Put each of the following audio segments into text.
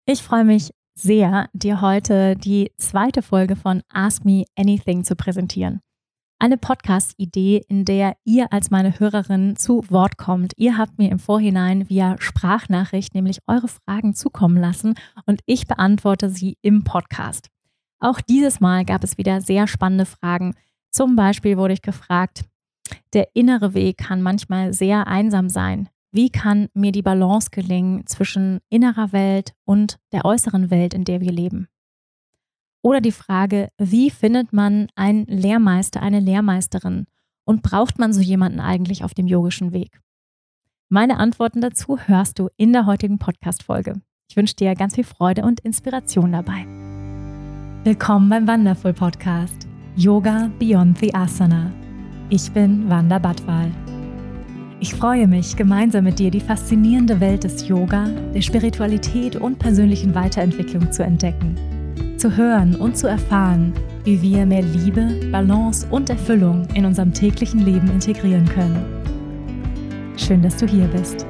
Ich freue mich sehr, dir heute die zweite Folge von Ask Me Anything zu präsentieren. Eine Podcast-Idee, in der ihr als meine Hörerin zu Wort kommt. Ihr habt mir im Vorhinein via Sprachnachricht nämlich eure Fragen zukommen lassen und ich beantworte sie im Podcast. Auch dieses Mal gab es wieder sehr spannende Fragen. Zum Beispiel wurde ich gefragt, der innere Weg kann manchmal sehr einsam sein. Wie kann mir die Balance gelingen zwischen innerer Welt und der äußeren Welt, in der wir leben? Oder die Frage, wie findet man einen Lehrmeister, eine Lehrmeisterin? Und braucht man so jemanden eigentlich auf dem yogischen Weg? Meine Antworten dazu hörst du in der heutigen Podcast-Folge. Ich wünsche dir ganz viel Freude und Inspiration dabei. Willkommen beim Wonderful Podcast Yoga Beyond the Asana. Ich bin Wanda Badwal. Ich freue mich, gemeinsam mit dir die faszinierende Welt des Yoga, der Spiritualität und persönlichen Weiterentwicklung zu entdecken, zu hören und zu erfahren, wie wir mehr Liebe, Balance und Erfüllung in unserem täglichen Leben integrieren können. Schön, dass du hier bist.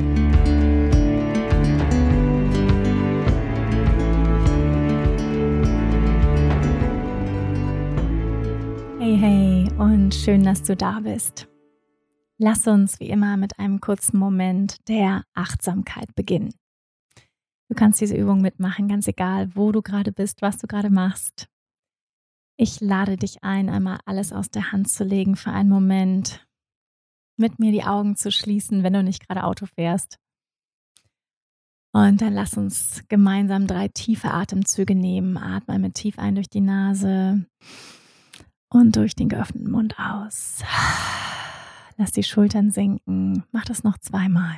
Hey und schön, dass du da bist. Lass uns wie immer mit einem kurzen Moment der Achtsamkeit beginnen. Du kannst diese Übung mitmachen, ganz egal, wo du gerade bist, was du gerade machst. Ich lade dich ein, einmal alles aus der Hand zu legen für einen Moment, mit mir die Augen zu schließen, wenn du nicht gerade Auto fährst. Und dann lass uns gemeinsam 3 tiefe Atemzüge nehmen. Atme einmal tief ein durch die Nase und durch den geöffneten Mund aus. Lass die Schultern sinken. Mach das noch 2-mal.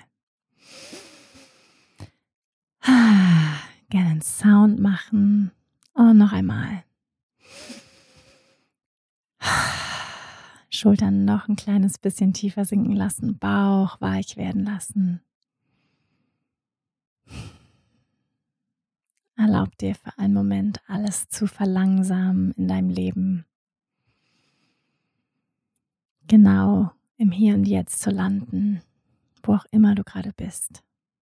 Gerne einen Sound machen. Und noch einmal. Schultern noch ein kleines bisschen tiefer sinken lassen. Bauch weich werden lassen. Erlaub dir für einen Moment alles zu verlangsamen in deinem Leben. Genau im Hier und Jetzt zu landen, wo auch immer du gerade bist.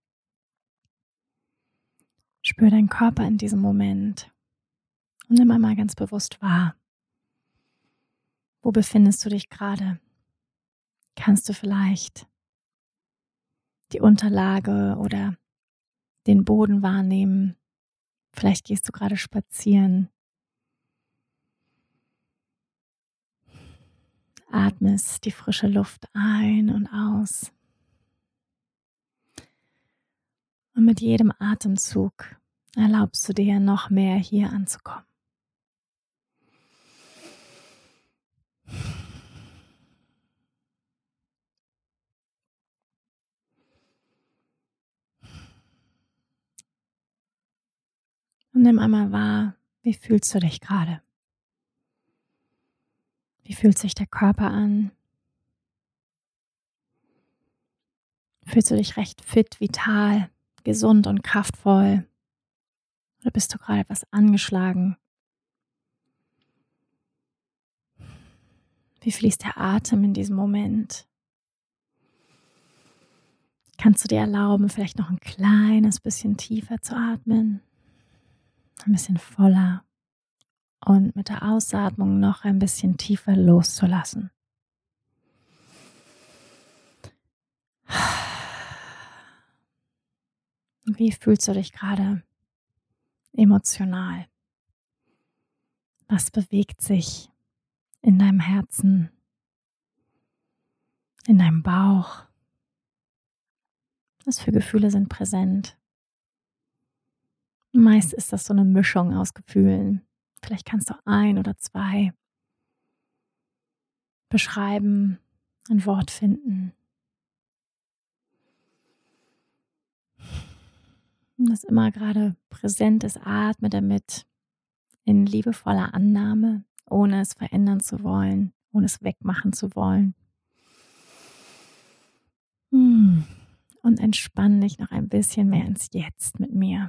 Spür deinen Körper in diesem Moment und nimm einmal ganz bewusst wahr. Wo befindest du dich gerade? Kannst du vielleicht die Unterlage oder den Boden wahrnehmen? Vielleicht gehst du gerade spazieren. Atmest die frische Luft ein und aus. Und mit jedem Atemzug erlaubst du dir noch mehr hier anzukommen. Und nimm einmal wahr, wie fühlst du dich gerade? Wie fühlt sich der Körper an? Fühlst du dich recht fit, vital, gesund und kraftvoll? Oder bist du gerade etwas angeschlagen? Wie fließt der Atem in diesem Moment? Kannst du dir erlauben, vielleicht noch ein kleines bisschen tiefer zu atmen? Ein bisschen voller. Und mit der Ausatmung noch ein bisschen tiefer loszulassen. Wie fühlst du dich gerade emotional? Was bewegt sich in deinem Herzen, in deinem Bauch? Was für Gefühle sind präsent? Meist ist das so eine Mischung aus Gefühlen. Vielleicht kannst du 1 oder 2 beschreiben, ein Wort finden. Und was immer gerade präsent ist, atme damit in liebevoller Annahme, ohne es verändern zu wollen, ohne es wegmachen zu wollen. Und entspann dich noch ein bisschen mehr ins Jetzt mit mir.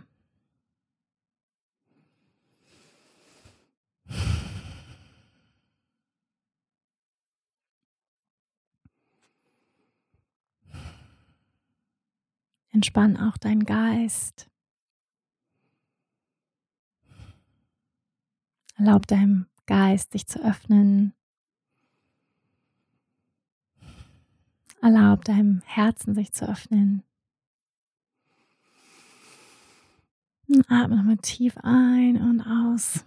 Entspann auch deinen Geist. Erlaub deinem Geist, sich zu öffnen. Erlaub deinem Herzen, sich zu öffnen. Und atme nochmal tief ein und aus.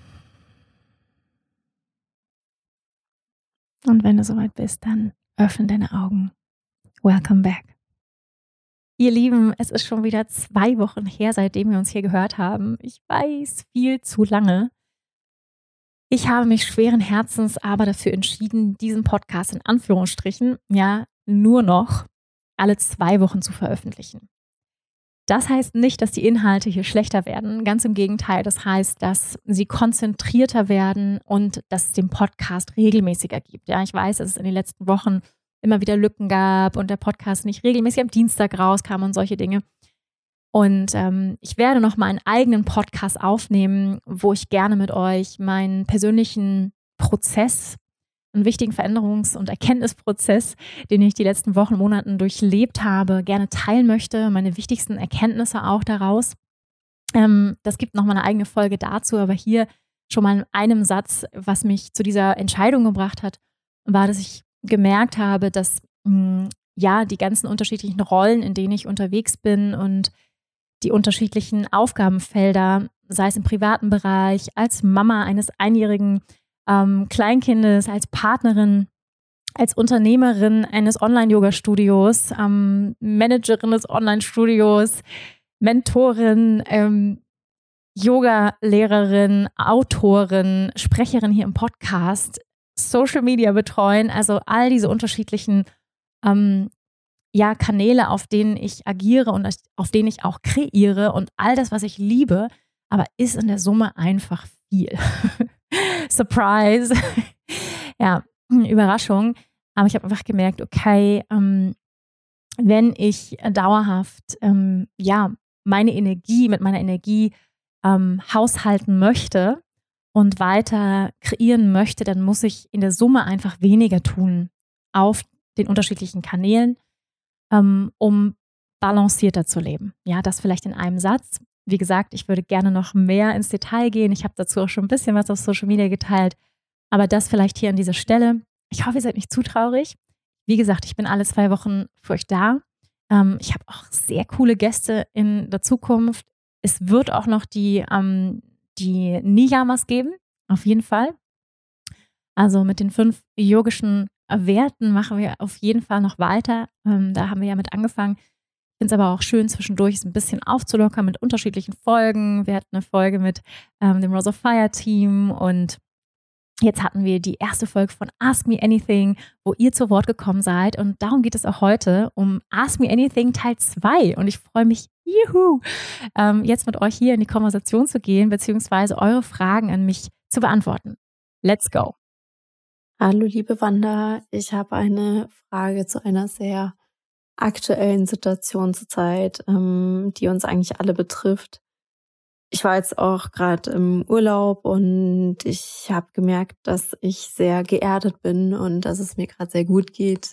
Und wenn du soweit bist, dann öffne deine Augen. Welcome back. Ihr Lieben, es ist schon wieder 2 Wochen her, seitdem wir uns hier gehört haben. Ich weiß, viel zu lange. Ich habe mich schweren Herzens aber dafür entschieden, diesen Podcast in Anführungsstrichen, nur noch alle 2 Wochen zu veröffentlichen. Das heißt nicht, dass die Inhalte hier schlechter werden. Ganz im Gegenteil. Das heißt, dass sie konzentrierter werden und dass es den Podcast regelmäßiger gibt. Ja, ich weiß, dass es in den letzten Wochen immer wieder Lücken gab und der Podcast nicht regelmäßig am Dienstag rauskam und solche Dinge. Und ich werde noch mal einen eigenen Podcast aufnehmen, wo ich gerne mit euch meinen persönlichen Prozess, einen wichtigen Veränderungs- und Erkenntnisprozess, den ich die letzten Wochen, Monaten durchlebt habe, gerne teilen möchte, meine wichtigsten Erkenntnisse auch daraus. Das gibt nochmal eine eigene Folge dazu, aber hier schon mal in einem Satz, was mich zu dieser Entscheidung gebracht hat, war, dass ich gemerkt habe, dass die ganzen unterschiedlichen Rollen, in denen ich unterwegs bin und die unterschiedlichen Aufgabenfelder, sei es im privaten Bereich, als Mama eines einjährigen Kleinkindes, als Partnerin, als Unternehmerin eines Online-Yoga-Studios, Managerin des Online-Studios, Mentorin, Yoga-Lehrerin, Autorin, Sprecherin hier im Podcast, Social Media betreuen, also all diese unterschiedlichen Kanäle, auf denen ich agiere und auf denen ich auch kreiere und all das, was ich liebe, aber ist in der Summe einfach viel. Surprise. Ja, Überraschung. Aber ich habe einfach gemerkt, okay, wenn ich dauerhaft meine Energie mit meiner Energie haushalten möchte und weiter kreieren möchte, dann muss ich in der Summe einfach weniger tun auf den unterschiedlichen Kanälen, um balancierter zu leben. Ja, das vielleicht in einem Satz. Wie gesagt, ich würde gerne noch mehr ins Detail gehen. Ich habe dazu auch schon ein bisschen was auf Social Media geteilt. Aber das vielleicht hier an dieser Stelle. Ich hoffe, ihr seid nicht zu traurig. Wie gesagt, ich bin alle 2 Wochen für euch da. Ich habe auch sehr coole Gäste in der Zukunft. Es wird auch noch die Niyamas geben, auf jeden Fall. Also mit den 5 yogischen Werten machen wir auf jeden Fall noch weiter. Da haben wir ja mit angefangen. Ich finde es aber auch schön, zwischendurch es ein bisschen aufzulockern mit unterschiedlichen Folgen. Wir hatten eine Folge mit dem Rose of Fire Team und jetzt hatten wir die erste Folge von Ask Me Anything, wo ihr zu Wort gekommen seid. Und darum geht es auch heute um Ask Me Anything Teil 2. Und ich freue mich, jetzt mit euch hier in die Konversation zu gehen, beziehungsweise eure Fragen an mich zu beantworten. Let's go. Hallo liebe Wanda, ich habe eine Frage zu einer sehr aktuellen Situation zurzeit, die uns eigentlich alle betrifft. Ich war jetzt auch gerade im Urlaub und ich habe gemerkt, dass ich sehr geerdet bin und dass es mir gerade sehr gut geht.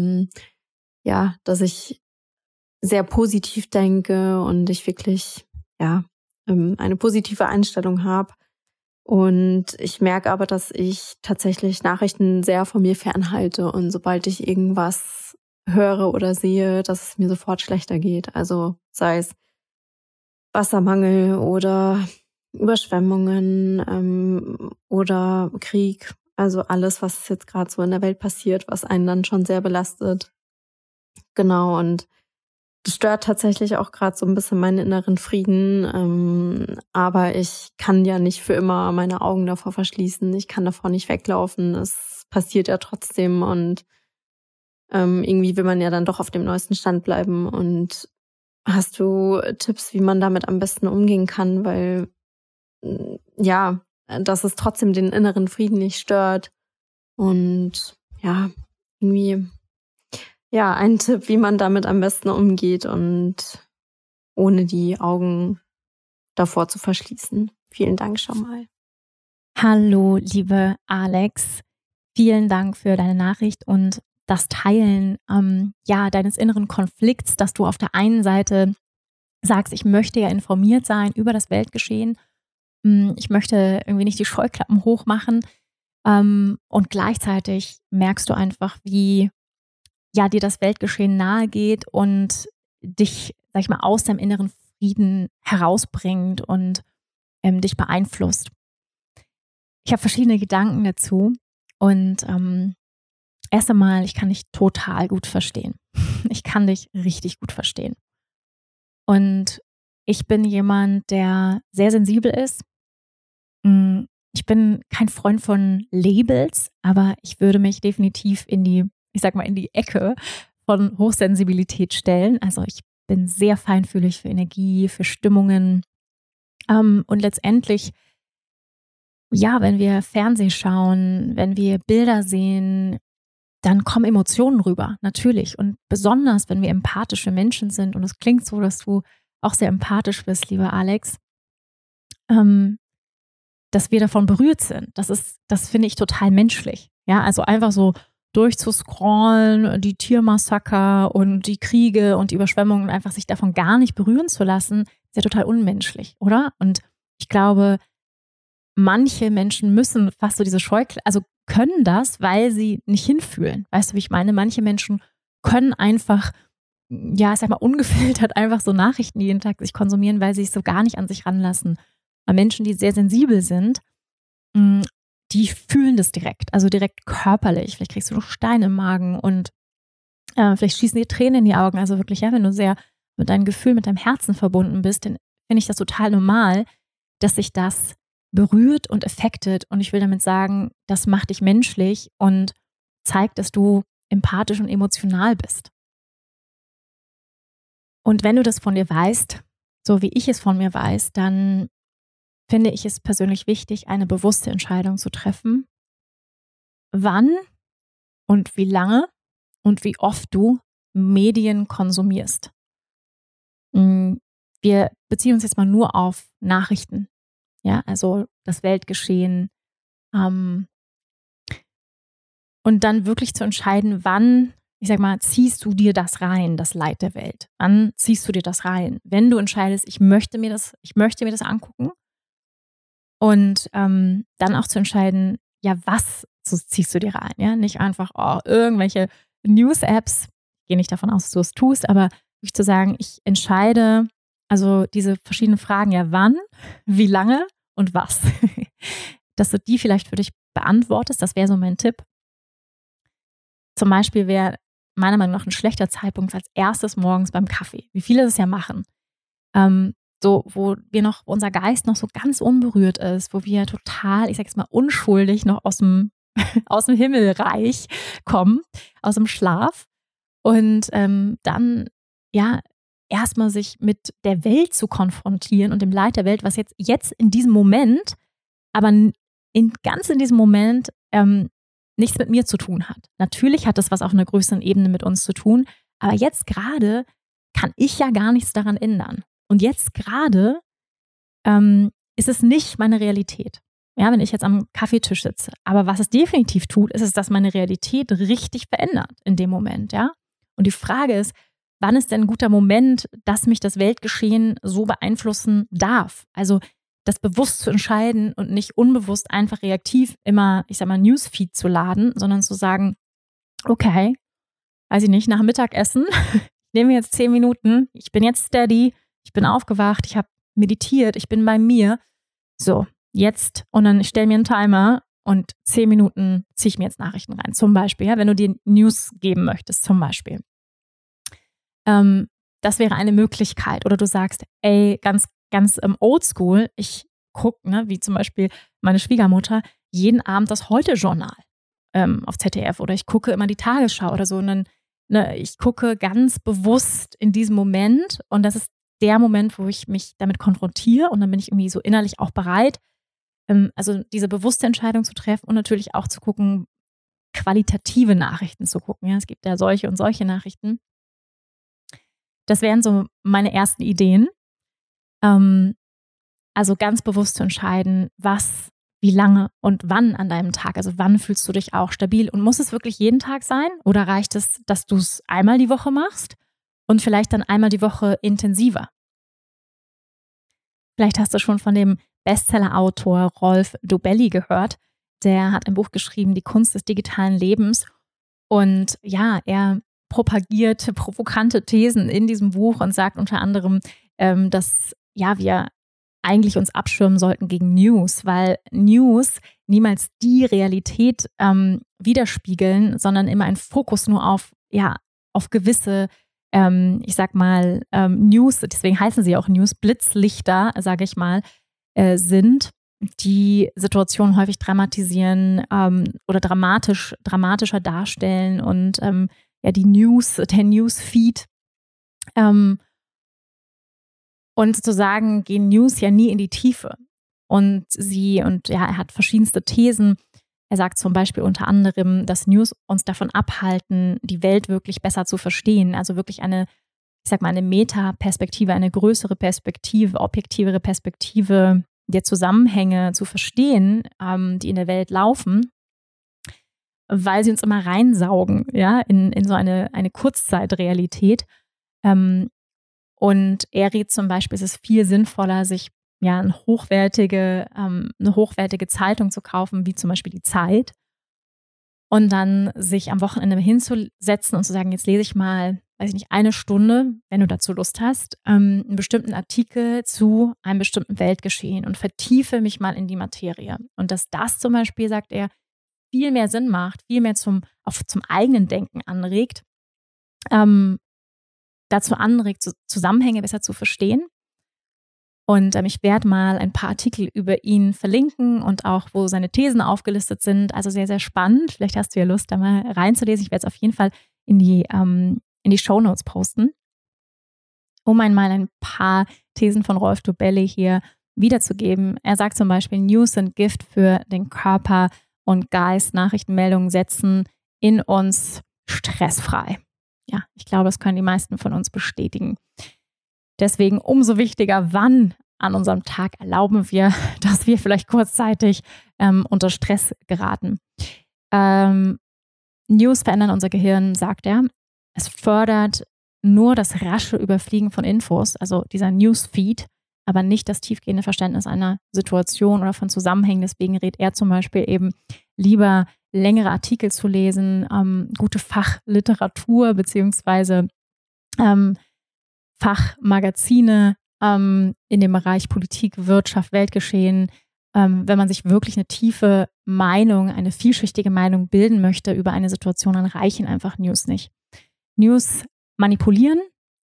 Dass ich sehr positiv denke und ich wirklich eine positive Einstellung habe. Und ich merke aber, dass ich tatsächlich Nachrichten sehr von mir fernhalte und sobald ich irgendwas höre oder sehe, dass es mir sofort schlechter geht. Also sei es Wassermangel oder Überschwemmungen oder Krieg. Also alles, was jetzt gerade so in der Welt passiert, was einen dann schon sehr belastet. Genau, und das stört tatsächlich auch gerade so ein bisschen meinen inneren Frieden. Aber ich kann ja nicht für immer meine Augen davor verschließen. Ich kann davor nicht weglaufen. Es passiert ja trotzdem und irgendwie will man ja dann doch auf dem neuesten Stand bleiben. Und hast du Tipps, wie man damit am besten umgehen kann? Weil dass es trotzdem den inneren Frieden nicht stört. Und ein Tipp, wie man damit am besten umgeht und ohne die Augen davor zu verschließen. Vielen Dank schon mal. Hallo, liebe Alex. Vielen Dank für deine Nachricht und das Teilen deines inneren Konflikts, dass du auf der einen Seite sagst, ich möchte ja informiert sein über das Weltgeschehen Ich möchte irgendwie nicht die Scheuklappen hochmachen. Und gleichzeitig merkst du einfach, wie ja dir das Weltgeschehen nahe geht und dich, sag ich mal, aus deinem inneren Frieden herausbringt und dich beeinflusst. Ich habe verschiedene Gedanken dazu und erst einmal, ich kann dich total gut verstehen. Ich kann dich richtig gut verstehen. Und ich bin jemand, der sehr sensibel ist. Ich bin kein Freund von Labels, aber ich würde mich definitiv in die Ecke von Hochsensibilität stellen. Also ich bin sehr feinfühlig für Energie, für Stimmungen. Und letztendlich, ja, wenn wir Fernsehen schauen, wenn wir Bilder sehen, dann kommen Emotionen rüber, natürlich. Und besonders, wenn wir empathische Menschen sind, und es klingt so, dass du auch sehr empathisch bist, lieber Alex, dass wir davon berührt sind. Das finde ich total menschlich. Ja, also einfach so durchzuscrollen, die Tiermassaker und die Kriege und die Überschwemmungen, einfach sich davon gar nicht berühren zu lassen, ist ja total unmenschlich, oder? Und ich glaube, manche Menschen müssen fast so diese also können das, weil sie nicht hinfühlen. Weißt du, wie ich meine? Manche Menschen können einfach, ja, ich sag mal, ungefiltert einfach so Nachrichten jeden Tag sich konsumieren, weil sie es so gar nicht an sich ranlassen. Aber Menschen, die sehr sensibel sind, die fühlen das direkt, also direkt körperlich. Vielleicht kriegst du noch Steine im Magen und vielleicht schießen dir Tränen in die Augen. Also wirklich, ja, wenn du sehr mit deinem Gefühl, mit deinem Herzen verbunden bist, dann finde ich das total normal, dass sich das berührt und affectet. Und ich will damit sagen, das macht dich menschlich und zeigt, dass du empathisch und emotional bist. Und wenn du das von dir weißt, so wie ich es von mir weiß, dann finde ich es persönlich wichtig, eine bewusste Entscheidung zu treffen, wann und wie lange und wie oft du Medien konsumierst. Wir beziehen uns jetzt mal nur auf Nachrichten, ja, also das Weltgeschehen, und dann wirklich zu entscheiden, wann, ich sag mal, ziehst du dir das rein, das Leid der Welt? Wann ziehst du dir das rein? Wenn du entscheidest, ich möchte mir das angucken, und dann auch zu entscheiden, ja, was ziehst du dir rein? Ja, nicht einfach irgendwelche News-Apps. Ich gehe nicht davon aus, dass du es tust, aber wirklich zu sagen, ich entscheide, also diese verschiedenen Fragen, ja, wann, wie lange und was. Dass du die vielleicht für dich beantwortest, das wäre so mein Tipp. Zum Beispiel wäre meiner Meinung nach ein schlechter Zeitpunkt als erstes morgens beim Kaffee, wie viele das ja machen. So, wo unser Geist noch so ganz unberührt ist, wo wir total, ich sag jetzt mal, unschuldig noch aus dem Himmelreich kommen, aus dem Schlaf. Und dann, ja, erstmal sich mit der Welt zu konfrontieren und dem Leid der Welt, was jetzt in diesem Moment, aber ganz in diesem Moment nichts mit mir zu tun hat. Natürlich hat das was auf einer größeren Ebene mit uns zu tun, aber jetzt gerade kann ich ja gar nichts daran ändern. Und jetzt gerade ist es nicht meine Realität. Ja, wenn ich jetzt am Kaffeetisch sitze. Aber was es definitiv tut, ist es, dass meine Realität richtig verändert in dem Moment, ja. Und die Frage ist, wann ist denn ein guter Moment, dass mich das Weltgeschehen so beeinflussen darf? Also das bewusst zu entscheiden und nicht unbewusst einfach reaktiv immer, ich sag mal, Newsfeed zu laden, sondern zu sagen, okay, weiß ich nicht, nach Mittagessen, ich nehme jetzt 10 Minuten, ich bin jetzt steady, ich bin aufgewacht, ich habe meditiert, ich bin bei mir. So, jetzt, und dann stelle mir einen Timer und 10 Minuten ziehe ich mir jetzt Nachrichten rein. Zum Beispiel, ja, wenn du dir News geben möchtest, zum Beispiel. Das wäre eine Möglichkeit. Oder du sagst, ey, ganz oldschool, ich gucke, wie zum Beispiel meine Schwiegermutter, jeden Abend das Heute-Journal auf ZDF, oder ich gucke immer die Tagesschau oder so. Und dann, ich gucke ganz bewusst in diesem Moment, und das ist der Moment, wo ich mich damit konfrontiere, und dann bin ich irgendwie so innerlich auch bereit, also diese bewusste Entscheidung zu treffen und natürlich auch zu gucken, qualitative Nachrichten zu gucken. Ja, es gibt ja solche und solche Nachrichten. Das wären so meine ersten Ideen. Also ganz bewusst zu entscheiden, was, wie lange und wann an deinem Tag. Also wann fühlst du dich auch stabil? Und muss es wirklich jeden Tag sein? Oder reicht es, dass du es einmal die Woche machst und vielleicht dann einmal die Woche intensiver? Vielleicht hast du schon von dem Bestseller-Autor Rolf Dobelli gehört. Der hat ein Buch geschrieben, Die Kunst des digitalen Lebens. Und ja, er propagiert provokante Thesen in diesem Buch und sagt unter anderem, dass wir eigentlich uns abschirmen sollten gegen News, weil News niemals die Realität widerspiegeln, sondern immer einen Fokus nur auf gewisse News, deswegen heißen sie auch News, Blitzlichter, sage ich mal, sind, die Situationen häufig dramatisieren oder dramatischer darstellen und der Newsfeed und sozusagen gehen News ja nie in die Tiefe. Und er hat verschiedenste Thesen. Er sagt zum Beispiel unter anderem, dass News uns davon abhalten, die Welt wirklich besser zu verstehen. Also wirklich eine Metaperspektive, eine größere Perspektive, objektivere Perspektive der Zusammenhänge zu verstehen, die in der Welt laufen, weil sie uns immer reinsaugen, ja, in so eine Kurzzeitrealität. Und er rät zum Beispiel, es ist viel sinnvoller, sich eine hochwertige Zeitung zu kaufen, wie zum Beispiel die Zeit, und dann sich am Wochenende hinzusetzen und zu sagen, jetzt lese ich mal, eine Stunde, wenn du dazu Lust hast, einen bestimmten Artikel zu einem bestimmten Weltgeschehen und vertiefe mich mal in die Materie. Und dass das zum Beispiel, sagt er, viel mehr Sinn macht, viel mehr zum eigenen Denken anregt, dazu anregt, Zusammenhänge besser zu verstehen. Und ich werde mal ein paar Artikel über ihn verlinken und auch, wo seine Thesen aufgelistet sind. Also sehr, sehr spannend. Vielleicht hast du ja Lust, da mal reinzulesen. Ich werde es auf jeden Fall in die Shownotes posten, um einmal ein paar Thesen von Rolf Dobelli hier wiederzugeben. Er sagt zum Beispiel, News sind Gift für den Körper und Geist. Nachrichtenmeldungen setzen in uns stressfrei. Ja, ich glaube, das können die meisten von uns bestätigen. Deswegen umso wichtiger, wann an unserem Tag erlauben wir, dass wir vielleicht kurzzeitig unter Stress geraten. News verändern unser Gehirn, sagt er. Es fördert nur das rasche Überfliegen von Infos, also dieser Newsfeed, aber nicht das tiefgehende Verständnis einer Situation oder von Zusammenhängen. Deswegen rät er zum Beispiel eben lieber längere Artikel zu lesen, gute Fachliteratur beziehungsweise Fachmagazine in dem Bereich Politik, Wirtschaft, Weltgeschehen. Wenn man sich wirklich eine tiefe Meinung, eine vielschichtige Meinung bilden möchte über eine Situation, dann reichen einfach News nicht. News manipulieren,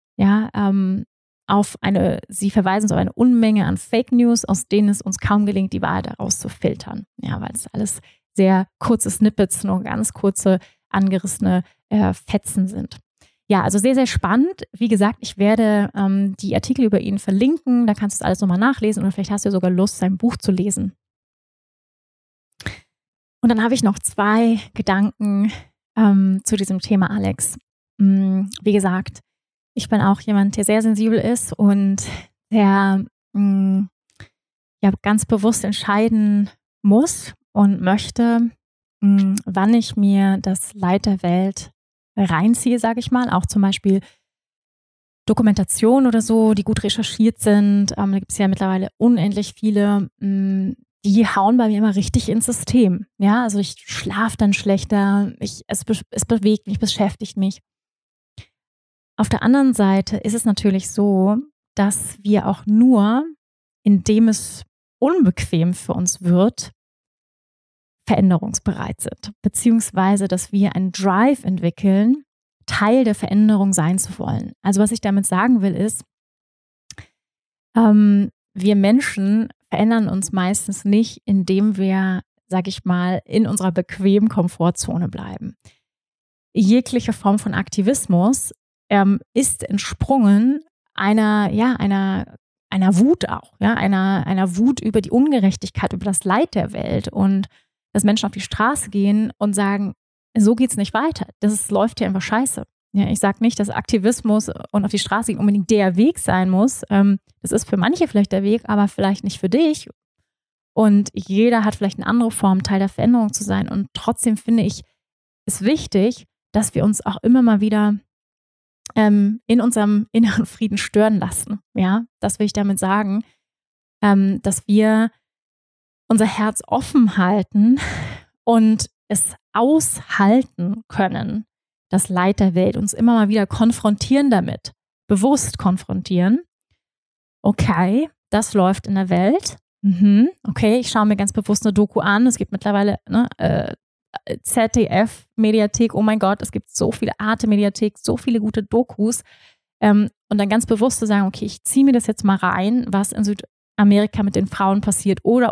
sie verweisen auf eine Unmenge an Fake News, aus denen es uns kaum gelingt, die Wahrheit daraus zu filtern. Ja, weil es alles sehr kurze Snippets, nur ganz kurze angerissene Fetzen sind. Ja, also sehr, sehr spannend. Wie gesagt, ich werde die Artikel über ihn verlinken. Da kannst du es alles nochmal nachlesen oder vielleicht hast du sogar Lust, sein Buch zu lesen. Und dann habe ich noch 2 Gedanken zu diesem Thema, Alex. Wie gesagt, ich bin auch jemand, der sehr sensibel ist und der ganz bewusst entscheiden muss und möchte, wann ich mir das Leid der Welt reinziehe, sage ich mal. Auch zum Beispiel Dokumentationen oder so, die gut recherchiert sind. Da gibt es ja mittlerweile unendlich viele, die hauen bei mir immer richtig ins System. Ja, also ich schlafe dann schlechter, es bewegt mich, beschäftigt mich. Auf der anderen Seite ist es natürlich so, dass wir auch nur, indem es unbequem für uns wird, veränderungsbereit sind, beziehungsweise, dass wir einen Drive entwickeln, Teil der Veränderung sein zu wollen. Also was ich damit sagen will, ist, wir Menschen verändern uns meistens nicht, indem wir, sage ich mal, in unserer bequemen Komfortzone bleiben. Jegliche Form von Aktivismus ist entsprungen einer Wut auch, einer Wut über die Ungerechtigkeit, über das Leid der Welt und dass Menschen auf die Straße gehen und sagen, so geht's nicht weiter. Läuft hier einfach scheiße. Ja, ich sage nicht, dass Aktivismus und auf die Straße gehen unbedingt der Weg sein muss. Das ist für manche vielleicht der Weg, aber vielleicht nicht für dich. Und jeder hat vielleicht eine andere Form, Teil der Veränderung zu sein. Und trotzdem finde ich es wichtig, dass wir uns auch immer mal wieder in unserem inneren Frieden stören lassen. Ja, das will ich damit sagen. dass wir unser Herz offen halten und es aushalten können, das Leid der Welt, uns immer mal wieder konfrontieren damit, bewusst konfrontieren. Okay, das läuft in der Welt. Okay, ich schaue mir ganz bewusst eine Doku an. Es gibt mittlerweile ZDF-Mediathek, oh mein Gott, es gibt so viele Arte-Mediathek, so viele gute Dokus. Und dann ganz bewusst zu sagen, okay, ich ziehe mir das jetzt mal rein, was in Südamerika mit den Frauen passiert oder.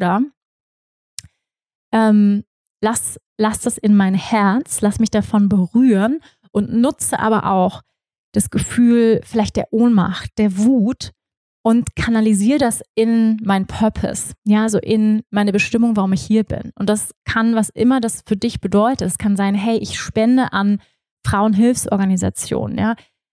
Lass das in mein Herz, lass mich davon berühren und nutze aber auch das Gefühl vielleicht der Ohnmacht, der Wut und kanalisiere das in mein Purpose, ja, also in meine Bestimmung, warum ich hier bin. Und das kann, was immer das für dich bedeutet, es kann sein, hey, ich spende an Frauenhilfsorganisationen, ja,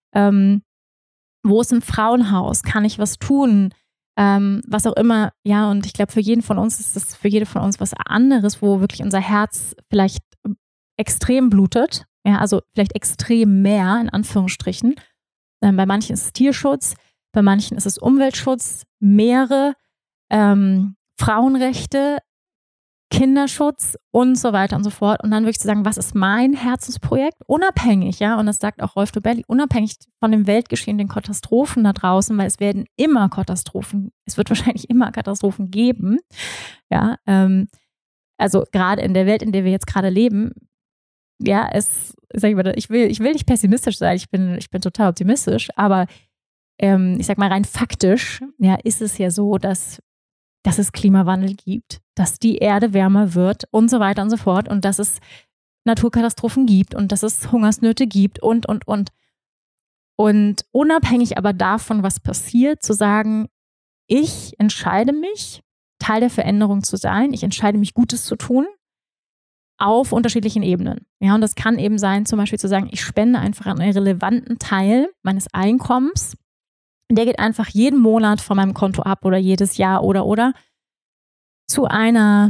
wo ist ein Frauenhaus, kann ich was tun, was auch immer, ja, und ich glaube, für jeden von uns ist das für jede von uns was anderes, wo wirklich unser Herz vielleicht extrem blutet, ja, also vielleicht extrem mehr, in Anführungsstrichen. Bei manchen ist es Tierschutz, bei manchen ist es Umweltschutz, Meere, Frauenrechte, Kinderschutz und so weiter und so fort. Und dann wirklich zu sagen, was ist mein Herzensprojekt? Unabhängig, ja, und das sagt auch Rolf Dobelli, unabhängig von dem Weltgeschehen, den Katastrophen da draußen, weil es werden immer Katastrophen, es wird wahrscheinlich immer Katastrophen geben, ja, also gerade in der Welt, in der wir jetzt gerade leben, ja, ich will nicht pessimistisch sein, ich bin total optimistisch, aber ich sag mal rein faktisch, ja, ist es ja so, dass es Klimawandel gibt, dass die Erde wärmer wird und so weiter und so fort und dass es Naturkatastrophen gibt und dass es Hungersnöte gibt und. Und unabhängig aber davon, was passiert, zu sagen, ich entscheide mich, Teil der Veränderung zu sein, ich entscheide mich, Gutes zu tun, auf unterschiedlichen Ebenen. Ja, und das kann eben sein, zum Beispiel zu sagen, ich spende einfach einen relevanten Teil meines Einkommens. Der geht einfach jeden Monat von meinem Konto ab oder jedes Jahr oder zu einer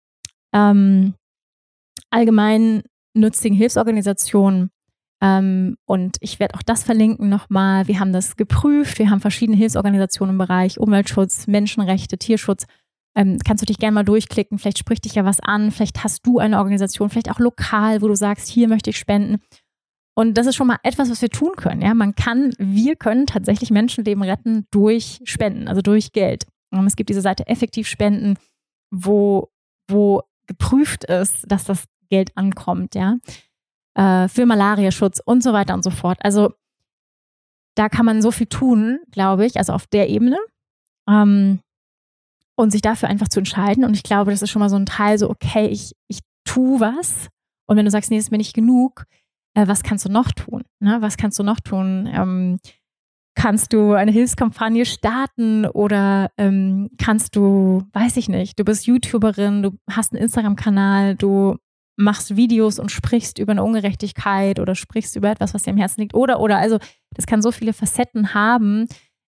allgemeinnützigen Hilfsorganisation. Und ich werde auch das verlinken nochmal. Wir haben das geprüft. Wir haben verschiedene Hilfsorganisationen im Bereich Umweltschutz, Menschenrechte, Tierschutz. Kannst du dich gerne mal durchklicken. Vielleicht spricht dich ja was an. Vielleicht hast du eine Organisation, vielleicht auch lokal, wo du sagst, hier möchte ich spenden. Und das ist schon mal etwas, was wir tun können. Ja, wir können tatsächlich Menschenleben retten durch Spenden, also durch Geld. Und es gibt diese Seite Effektiv Spenden, wo geprüft ist, dass das Geld ankommt, ja, für Malariaschutz und so weiter und so fort. Also da kann man so viel tun, glaube ich, also auf der Ebene, und sich dafür einfach zu entscheiden. Und ich glaube, das ist schon mal so ein Teil, so okay, ich tue was. Und wenn du sagst, nee, das ist mir nicht genug, was kannst du noch tun? Ne? Was kannst du noch tun? Kannst du eine Hilfskampagne starten oder kannst du, weiß ich nicht, du bist YouTuberin, du hast einen Instagram-Kanal, du machst Videos und sprichst über eine Ungerechtigkeit oder sprichst über etwas, was dir am Herzen liegt oder. Also das kann so viele Facetten haben,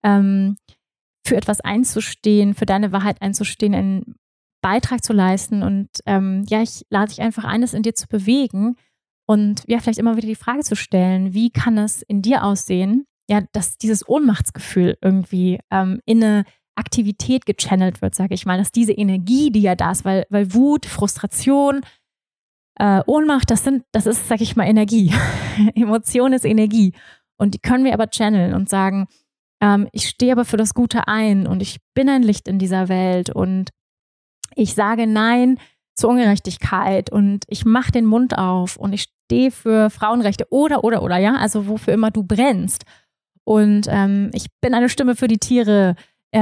für etwas einzustehen, für deine Wahrheit einzustehen, einen Beitrag zu leisten. Und ich lade dich einfach ein, das in dir zu bewegen und ja, vielleicht immer wieder die Frage zu stellen, wie kann es in dir aussehen, ja, dass dieses Ohnmachtsgefühl irgendwie in eine Aktivität gechannelt wird, sage ich mal, dass diese Energie, die ja da ist, weil Wut, Frustration, Ohnmacht, das ist, sage ich mal, Energie. Emotion ist Energie. Und die können wir aber channeln und sagen, ich stehe aber für das Gute ein und ich bin ein Licht in dieser Welt und ich sage Nein zur Ungerechtigkeit und ich mache den Mund auf und ich stehe für Frauenrechte oder, ja, also wofür immer du brennst. Und ich bin eine Stimme für die Tiere.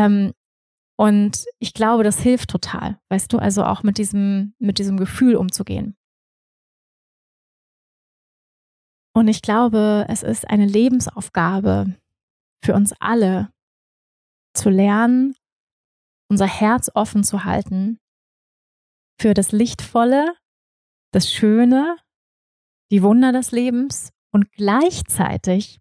Und ich glaube, das hilft total, weißt du, also auch mit diesem Gefühl umzugehen. Und ich glaube, es ist eine Lebensaufgabe für uns alle, zu lernen, unser Herz offen zu halten für das Lichtvolle, das Schöne, die Wunder des Lebens und gleichzeitig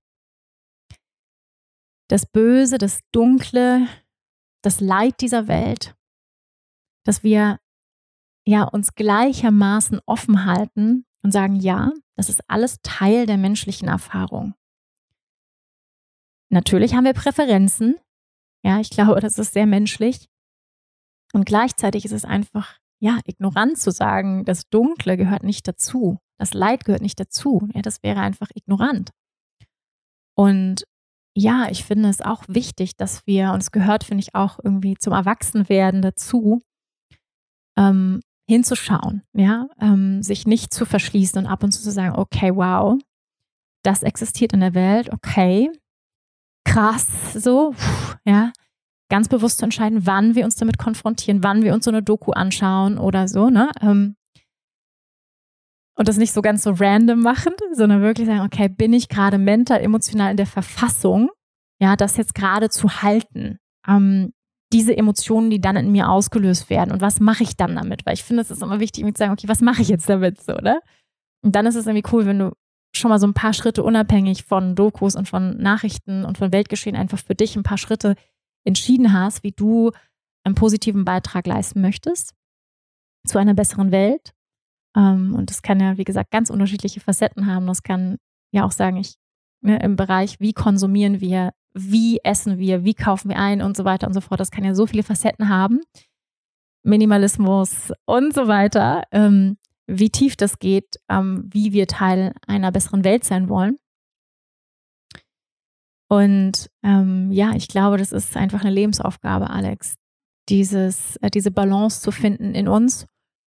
das Böse, das Dunkle, das Leid dieser Welt, dass wir ja uns gleichermaßen offen halten und sagen, ja, das ist alles Teil der menschlichen Erfahrung. Natürlich haben wir Präferenzen, Ja, ich glaube, das ist sehr menschlich. Und gleichzeitig ist es einfach, ignorant zu sagen, das Dunkle gehört nicht dazu. Das Leid gehört nicht dazu. Ja, das wäre einfach ignorant. Und ja, ich finde es auch wichtig, dass wir, und es gehört, finde ich, auch irgendwie zum Erwachsenwerden dazu, hinzuschauen, sich nicht zu verschließen und ab und zu sagen, okay, wow, das existiert in der Welt, okay, krass, so, ganz bewusst zu entscheiden, wann wir uns damit konfrontieren, wann wir uns so eine Doku anschauen oder so, ne? Und das nicht so ganz so random machen, sondern wirklich sagen, okay, bin ich gerade mental, emotional in der Verfassung, das jetzt gerade zu halten, diese Emotionen, die dann in mir ausgelöst werden und was mache ich dann damit? Weil ich finde, es ist immer wichtig, mir zu sagen, okay, was mache ich jetzt damit, so, ne? Und dann ist es irgendwie cool, wenn du schon mal so ein paar Schritte unabhängig von Dokus und von Nachrichten und von Weltgeschehen einfach für dich ein paar Schritte entschieden hast, wie du einen positiven Beitrag leisten möchtest zu einer besseren Welt. Und das kann ja, wie gesagt, ganz unterschiedliche Facetten haben. Das kann ja auch sagen, im Bereich, wie konsumieren wir, wie essen wir, wie kaufen wir ein und so weiter und so fort. Das kann ja so viele Facetten haben. Minimalismus und so weiter. Wie tief das geht, wie wir Teil einer besseren Welt sein wollen. Und ich glaube, das ist einfach eine Lebensaufgabe, Alex, diese Balance zu finden in uns,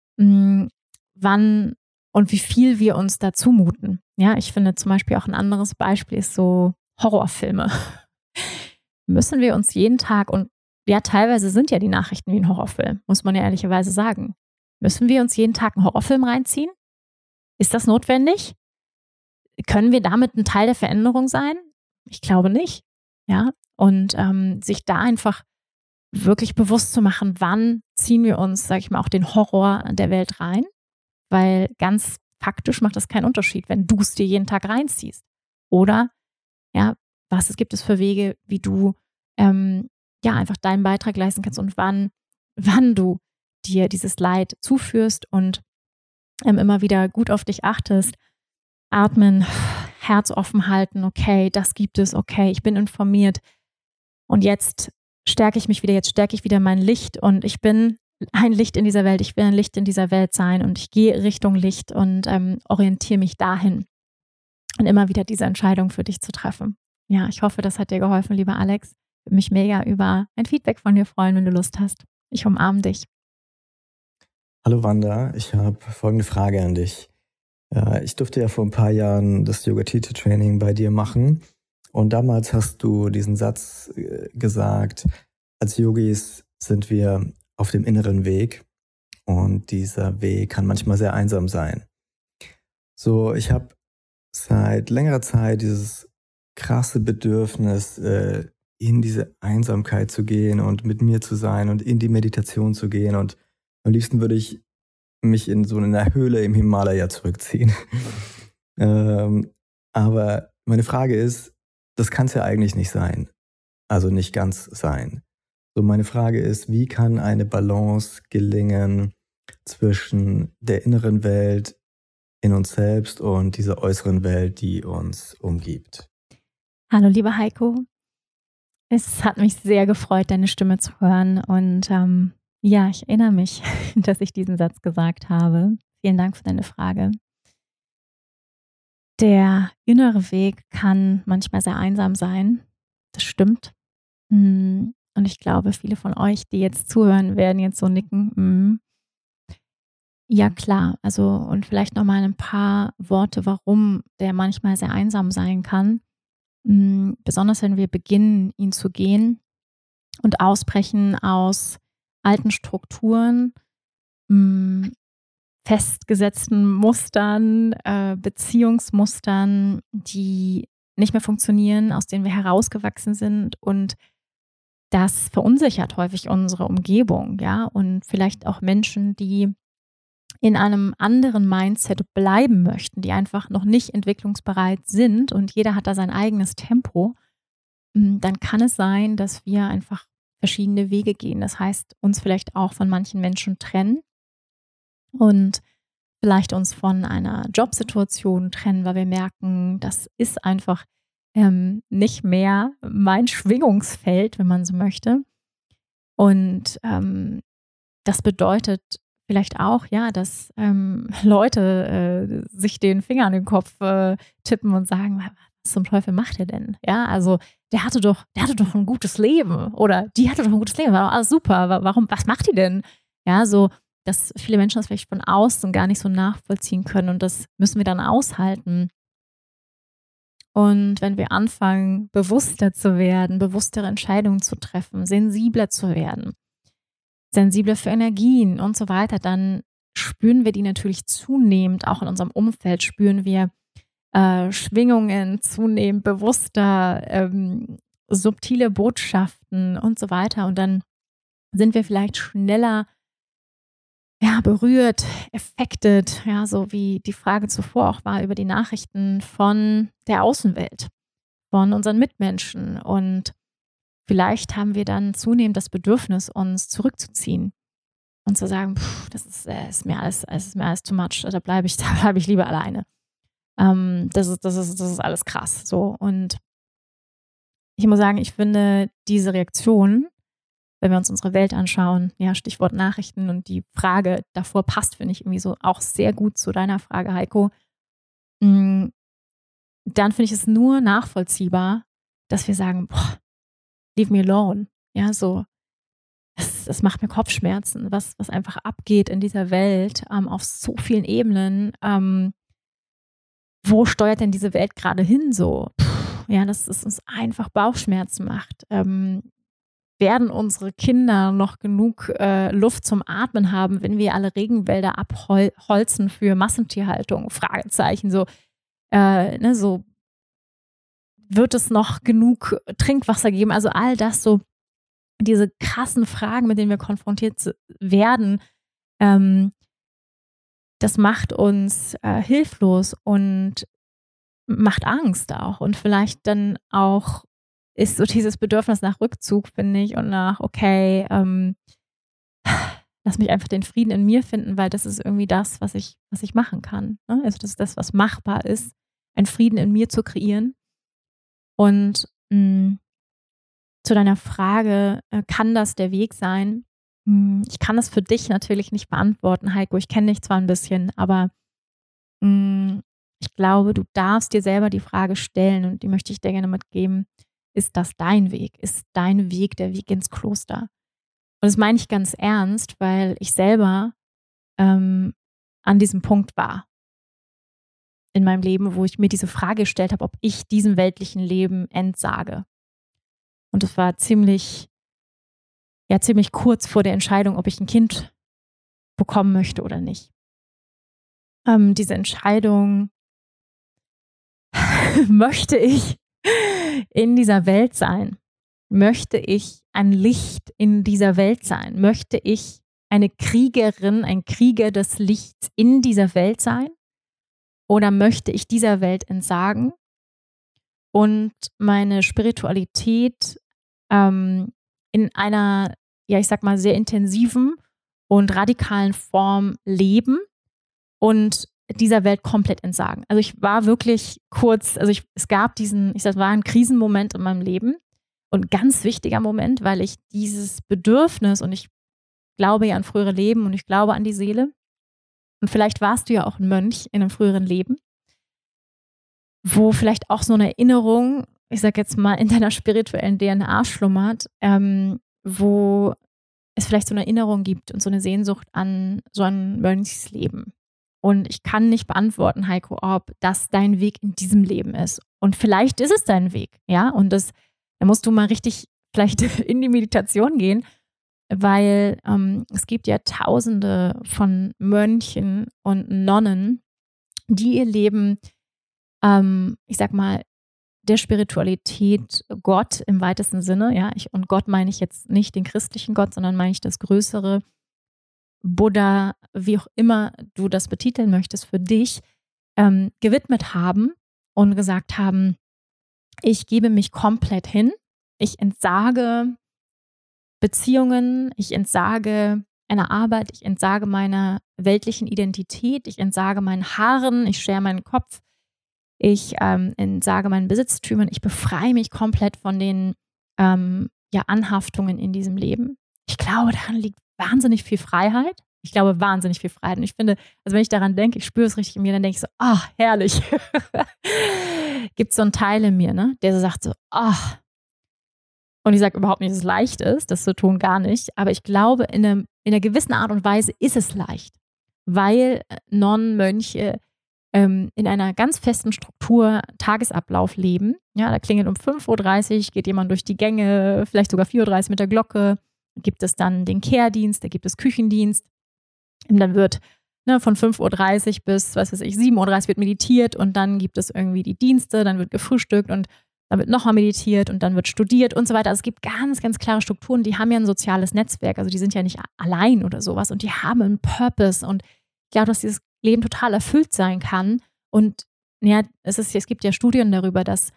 wann und wie viel wir uns da zumuten. Ja, ich finde zum Beispiel auch ein anderes Beispiel ist so Horrorfilme. Müssen wir uns jeden Tag, und ja, teilweise sind ja die Nachrichten wie ein Horrorfilm, muss man ja ehrlicherweise sagen. Müssen wir uns jeden Tag einen Horrorfilm reinziehen? Ist das notwendig? Können wir damit ein Teil der Veränderung sein? Ich glaube nicht. Ja, und sich da einfach wirklich bewusst zu machen, wann ziehen wir uns, sag ich mal, auch den Horror der Welt rein, weil ganz faktisch macht das keinen Unterschied, wenn du es dir jeden Tag reinziehst. Oder, was gibt es für Wege, wie du einfach deinen Beitrag leisten kannst und wann du dir dieses Leid zuführst und immer wieder gut auf dich achtest, atmen, Herz offen halten, okay, das gibt es, okay, ich bin informiert und jetzt stärke ich mich wieder, jetzt stärke ich wieder mein Licht und ich bin ein Licht in dieser Welt, ich will ein Licht in dieser Welt sein und ich gehe Richtung Licht und orientiere mich dahin und immer wieder diese Entscheidung für dich zu treffen. Ja, ich hoffe, das hat dir geholfen, lieber Alex. Ich würde mich mega über ein Feedback von dir freuen, wenn du Lust hast. Ich umarme dich. Hallo Wanda, ich habe folgende Frage an dich. Ich durfte ja vor ein paar Jahren das Yoga-Teacher-Training bei dir machen und damals hast du diesen Satz gesagt, als Yogis sind wir auf dem inneren Weg und dieser Weg kann manchmal sehr einsam sein. So, ich habe seit längerer Zeit dieses krasse Bedürfnis, in diese Einsamkeit zu gehen und mit mir zu sein und in die Meditation zu gehen und am liebsten würde ich mich in so einer Höhle im Himalaya zurückziehen. Aber meine Frage ist, das kann es ja eigentlich nicht sein. Also nicht ganz sein. So, meine Frage ist, wie kann eine Balance gelingen zwischen der inneren Welt in uns selbst und dieser äußeren Welt, die uns umgibt? Hallo, lieber Heiko. Es hat mich sehr gefreut, deine Stimme zu hören und ich erinnere mich, dass ich diesen Satz gesagt habe. Vielen Dank für deine Frage. Der innere Weg kann manchmal sehr einsam sein. Das stimmt. Und ich glaube, viele von euch, die jetzt zuhören, werden jetzt so nicken. Ja, klar. Also, und vielleicht nochmal ein paar Worte, warum der manchmal sehr einsam sein kann. Besonders wenn wir beginnen, ihn zu gehen und ausbrechen aus alten Strukturen, festgesetzten Mustern, Beziehungsmustern, die nicht mehr funktionieren, aus denen wir herausgewachsen sind, und das verunsichert häufig unsere Umgebung, und vielleicht auch Menschen, die in einem anderen Mindset bleiben möchten, die einfach noch nicht entwicklungsbereit sind und jeder hat da sein eigenes Tempo, dann kann es sein, dass wir einfach verschiedene Wege gehen. Das heißt, uns vielleicht auch von manchen Menschen trennen und vielleicht uns von einer Jobsituation trennen, weil wir merken, das ist einfach nicht mehr mein Schwingungsfeld, wenn man so möchte. Und das bedeutet vielleicht auch, ja, dass Leute sich den Finger an den Kopf tippen und sagen, was zum Teufel macht er denn? Ja, also der hatte doch ein gutes Leben oder die hatte doch ein gutes Leben, war doch alles super. Was macht die denn? Ja, so, dass viele Menschen das vielleicht von außen gar nicht so nachvollziehen können und das müssen wir dann aushalten. Und wenn wir anfangen, bewusster zu werden, bewusstere Entscheidungen zu treffen, sensibler zu werden, sensibler für Energien und so weiter, dann spüren wir die natürlich zunehmend, auch in unserem Umfeld spüren wir Schwingungen zunehmend bewusster, subtile Botschaften und so weiter. Und dann sind wir vielleicht schneller berührt, affected, ja, so wie die Frage zuvor auch war über die Nachrichten von der Außenwelt, von unseren Mitmenschen. Und vielleicht haben wir dann zunehmend das Bedürfnis, uns zurückzuziehen und zu sagen, das ist mir alles too much, da bleibe ich lieber alleine. Das ist alles krass. So. Und ich muss sagen, ich finde diese Reaktion, wenn wir uns unsere Welt anschauen, ja, Stichwort Nachrichten und die Frage davor passt, finde ich irgendwie so auch sehr gut zu deiner Frage, Heiko. Dann finde ich es nur nachvollziehbar, dass wir sagen, leave me alone. Ja, so, das macht mir Kopfschmerzen, was einfach abgeht in dieser Welt auf so vielen Ebenen. Wo steuert denn diese Welt gerade hin so? Ja, dass es uns einfach Bauchschmerzen macht. Werden unsere Kinder noch genug Luft zum Atmen haben, wenn wir alle Regenwälder abholzen für Massentierhaltung? Fragezeichen. So, so wird es noch genug Trinkwasser geben? Also all das, so diese krassen Fragen, mit denen wir konfrontiert werden, das macht uns hilflos und macht Angst auch. Und vielleicht dann auch ist so dieses Bedürfnis nach Rückzug, finde ich, und nach, okay, lass mich einfach den Frieden in mir finden, weil das ist irgendwie das, was ich machen kann. Ne? Also das ist das, was machbar ist, einen Frieden in mir zu kreieren. Und zu deiner Frage, kann das der Weg sein? Ich kann das für dich natürlich nicht beantworten, Heiko. Ich kenne dich zwar ein bisschen, aber ich glaube, du darfst dir selber die Frage stellen und die möchte ich dir gerne mitgeben. Ist das dein Weg? Ist dein Weg der Weg ins Kloster? Und das meine ich ganz ernst, weil ich selber an diesem Punkt war in meinem Leben, wo ich mir diese Frage gestellt habe, ob ich diesem weltlichen Leben entsage. Und es war ziemlich kurz vor der Entscheidung, ob ich ein Kind bekommen möchte oder nicht. Diese Entscheidung, möchte ich in dieser Welt sein? Möchte ich ein Licht in dieser Welt sein? Möchte ich eine Kriegerin, ein Krieger des Lichts in dieser Welt sein? Oder möchte ich dieser Welt entsagen und meine Spiritualität in einer, ja, ich sag mal, sehr intensiven und radikalen Form leben und dieser Welt komplett entsagen? Also ich war wirklich kurz, also es gab war ein Krisenmoment in meinem Leben und ein ganz wichtiger Moment, weil ich dieses Bedürfnis, und ich glaube ja an frühere Leben und ich glaube an die Seele, und vielleicht warst du ja auch ein Mönch in einem früheren Leben, wo vielleicht auch so eine Erinnerung, ich sag jetzt mal, in deiner spirituellen DNA schlummert, wo es vielleicht so eine Erinnerung gibt und so eine Sehnsucht an so ein Mönchsleben. Und ich kann nicht beantworten, Heiko, ob das dein Weg in diesem Leben ist. Und vielleicht ist es dein Weg, ja. Und da musst du mal richtig vielleicht in die Meditation gehen, weil es gibt ja Tausende von Mönchen und Nonnen, die ihr Leben, ich sag mal, der Spiritualität, Gott im weitesten Sinne, ja, und Gott meine ich jetzt nicht den christlichen Gott, sondern meine ich das Größere, Buddha, wie auch immer du das betiteln möchtest für dich, gewidmet haben und gesagt haben, ich gebe mich komplett hin, ich entsage Beziehungen, ich entsage einer Arbeit, ich entsage meiner weltlichen Identität, ich entsage meinen Haaren, ich schere meinen Kopf, Ich sage meinen Besitztümern, ich befreie mich komplett von den Anhaftungen in diesem Leben. Ich glaube, daran liegt wahnsinnig viel Freiheit. Ich glaube, wahnsinnig viel Freiheit. Und ich finde, also wenn ich daran denke, ich spüre es richtig in mir, dann denke ich so, ach, herrlich. Gibt so einen Teil in mir, ne, der so sagt so, ach. Und ich sage überhaupt nicht, dass es leicht ist, das zu tun, gar nicht. Aber ich glaube, in einer gewissen Art und Weise ist es leicht. Weil Nonnen, Mönche in einer ganz festen Struktur Tagesablauf leben. Ja, da klingelt um 5:30 Uhr, geht jemand durch die Gänge, vielleicht sogar 4:30 Uhr mit der Glocke. Da gibt es dann den Kehrdienst, da gibt es Küchendienst. Und dann wird von 5:30 Uhr bis, 7:30 Uhr wird meditiert und dann gibt es irgendwie die Dienste, dann wird gefrühstückt und dann wird nochmal meditiert und dann wird studiert und so weiter. Also es gibt ganz, ganz klare Strukturen, die haben ja ein soziales Netzwerk, also die sind ja nicht allein oder sowas und die haben einen Purpose und ich glaube, dass dieses Leben total erfüllt sein kann und ja, es gibt ja Studien darüber, dass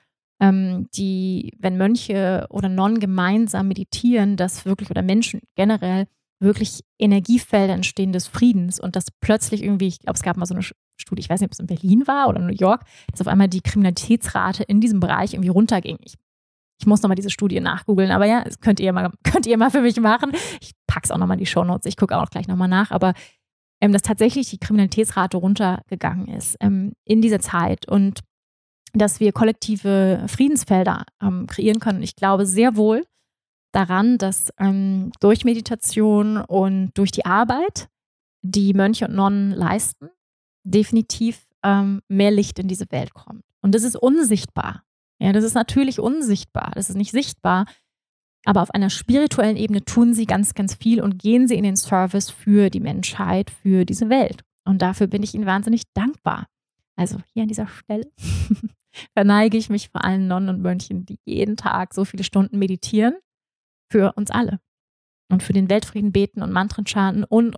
wenn Mönche oder Nonnen gemeinsam meditieren, dass wirklich, oder Menschen generell, wirklich Energiefelder entstehen des Friedens und dass plötzlich irgendwie, ich glaube, es gab mal so eine Studie, ich weiß nicht, ob es in Berlin war oder in New York, dass auf einmal die Kriminalitätsrate in diesem Bereich irgendwie runterging. Ich muss nochmal diese Studie nachgoogeln, aber ja, das könnt ihr mal für mich machen. Ich packe es auch nochmal in die Shownotes, ich gucke auch gleich nochmal nach, aber dass tatsächlich die Kriminalitätsrate runtergegangen ist in dieser Zeit und dass wir kollektive Friedensfelder kreieren können. Ich glaube sehr wohl daran, dass durch Meditation und durch die Arbeit, die Mönche und Nonnen leisten, definitiv mehr Licht in diese Welt kommt. Und das ist unsichtbar. Ja, das ist natürlich unsichtbar. Das ist nicht sichtbar. Aber auf einer spirituellen Ebene tun sie ganz, ganz viel und gehen sie in den Service für die Menschheit, für diese Welt. Und dafür bin ich ihnen wahnsinnig dankbar. Also hier an dieser Stelle verneige ich mich vor allen Nonnen und Mönchen, die jeden Tag so viele Stunden meditieren, für uns alle. Und für den Weltfrieden beten und Mantren chanten und.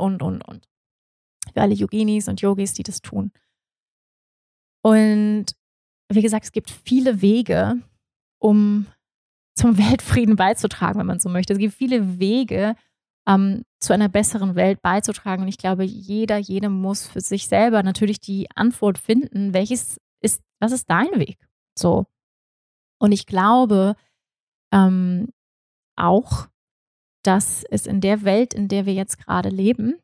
Für alle Yoginis und Yogis, die das tun. Und wie gesagt, es gibt viele Wege, um zum Weltfrieden beizutragen, wenn man so möchte. Es gibt viele Wege, zu einer besseren Welt beizutragen. Und ich glaube, jede muss für sich selber natürlich die Antwort finden, was ist dein Weg? So. Und ich glaube auch, dass es in der Welt, in der wir jetzt gerade leben,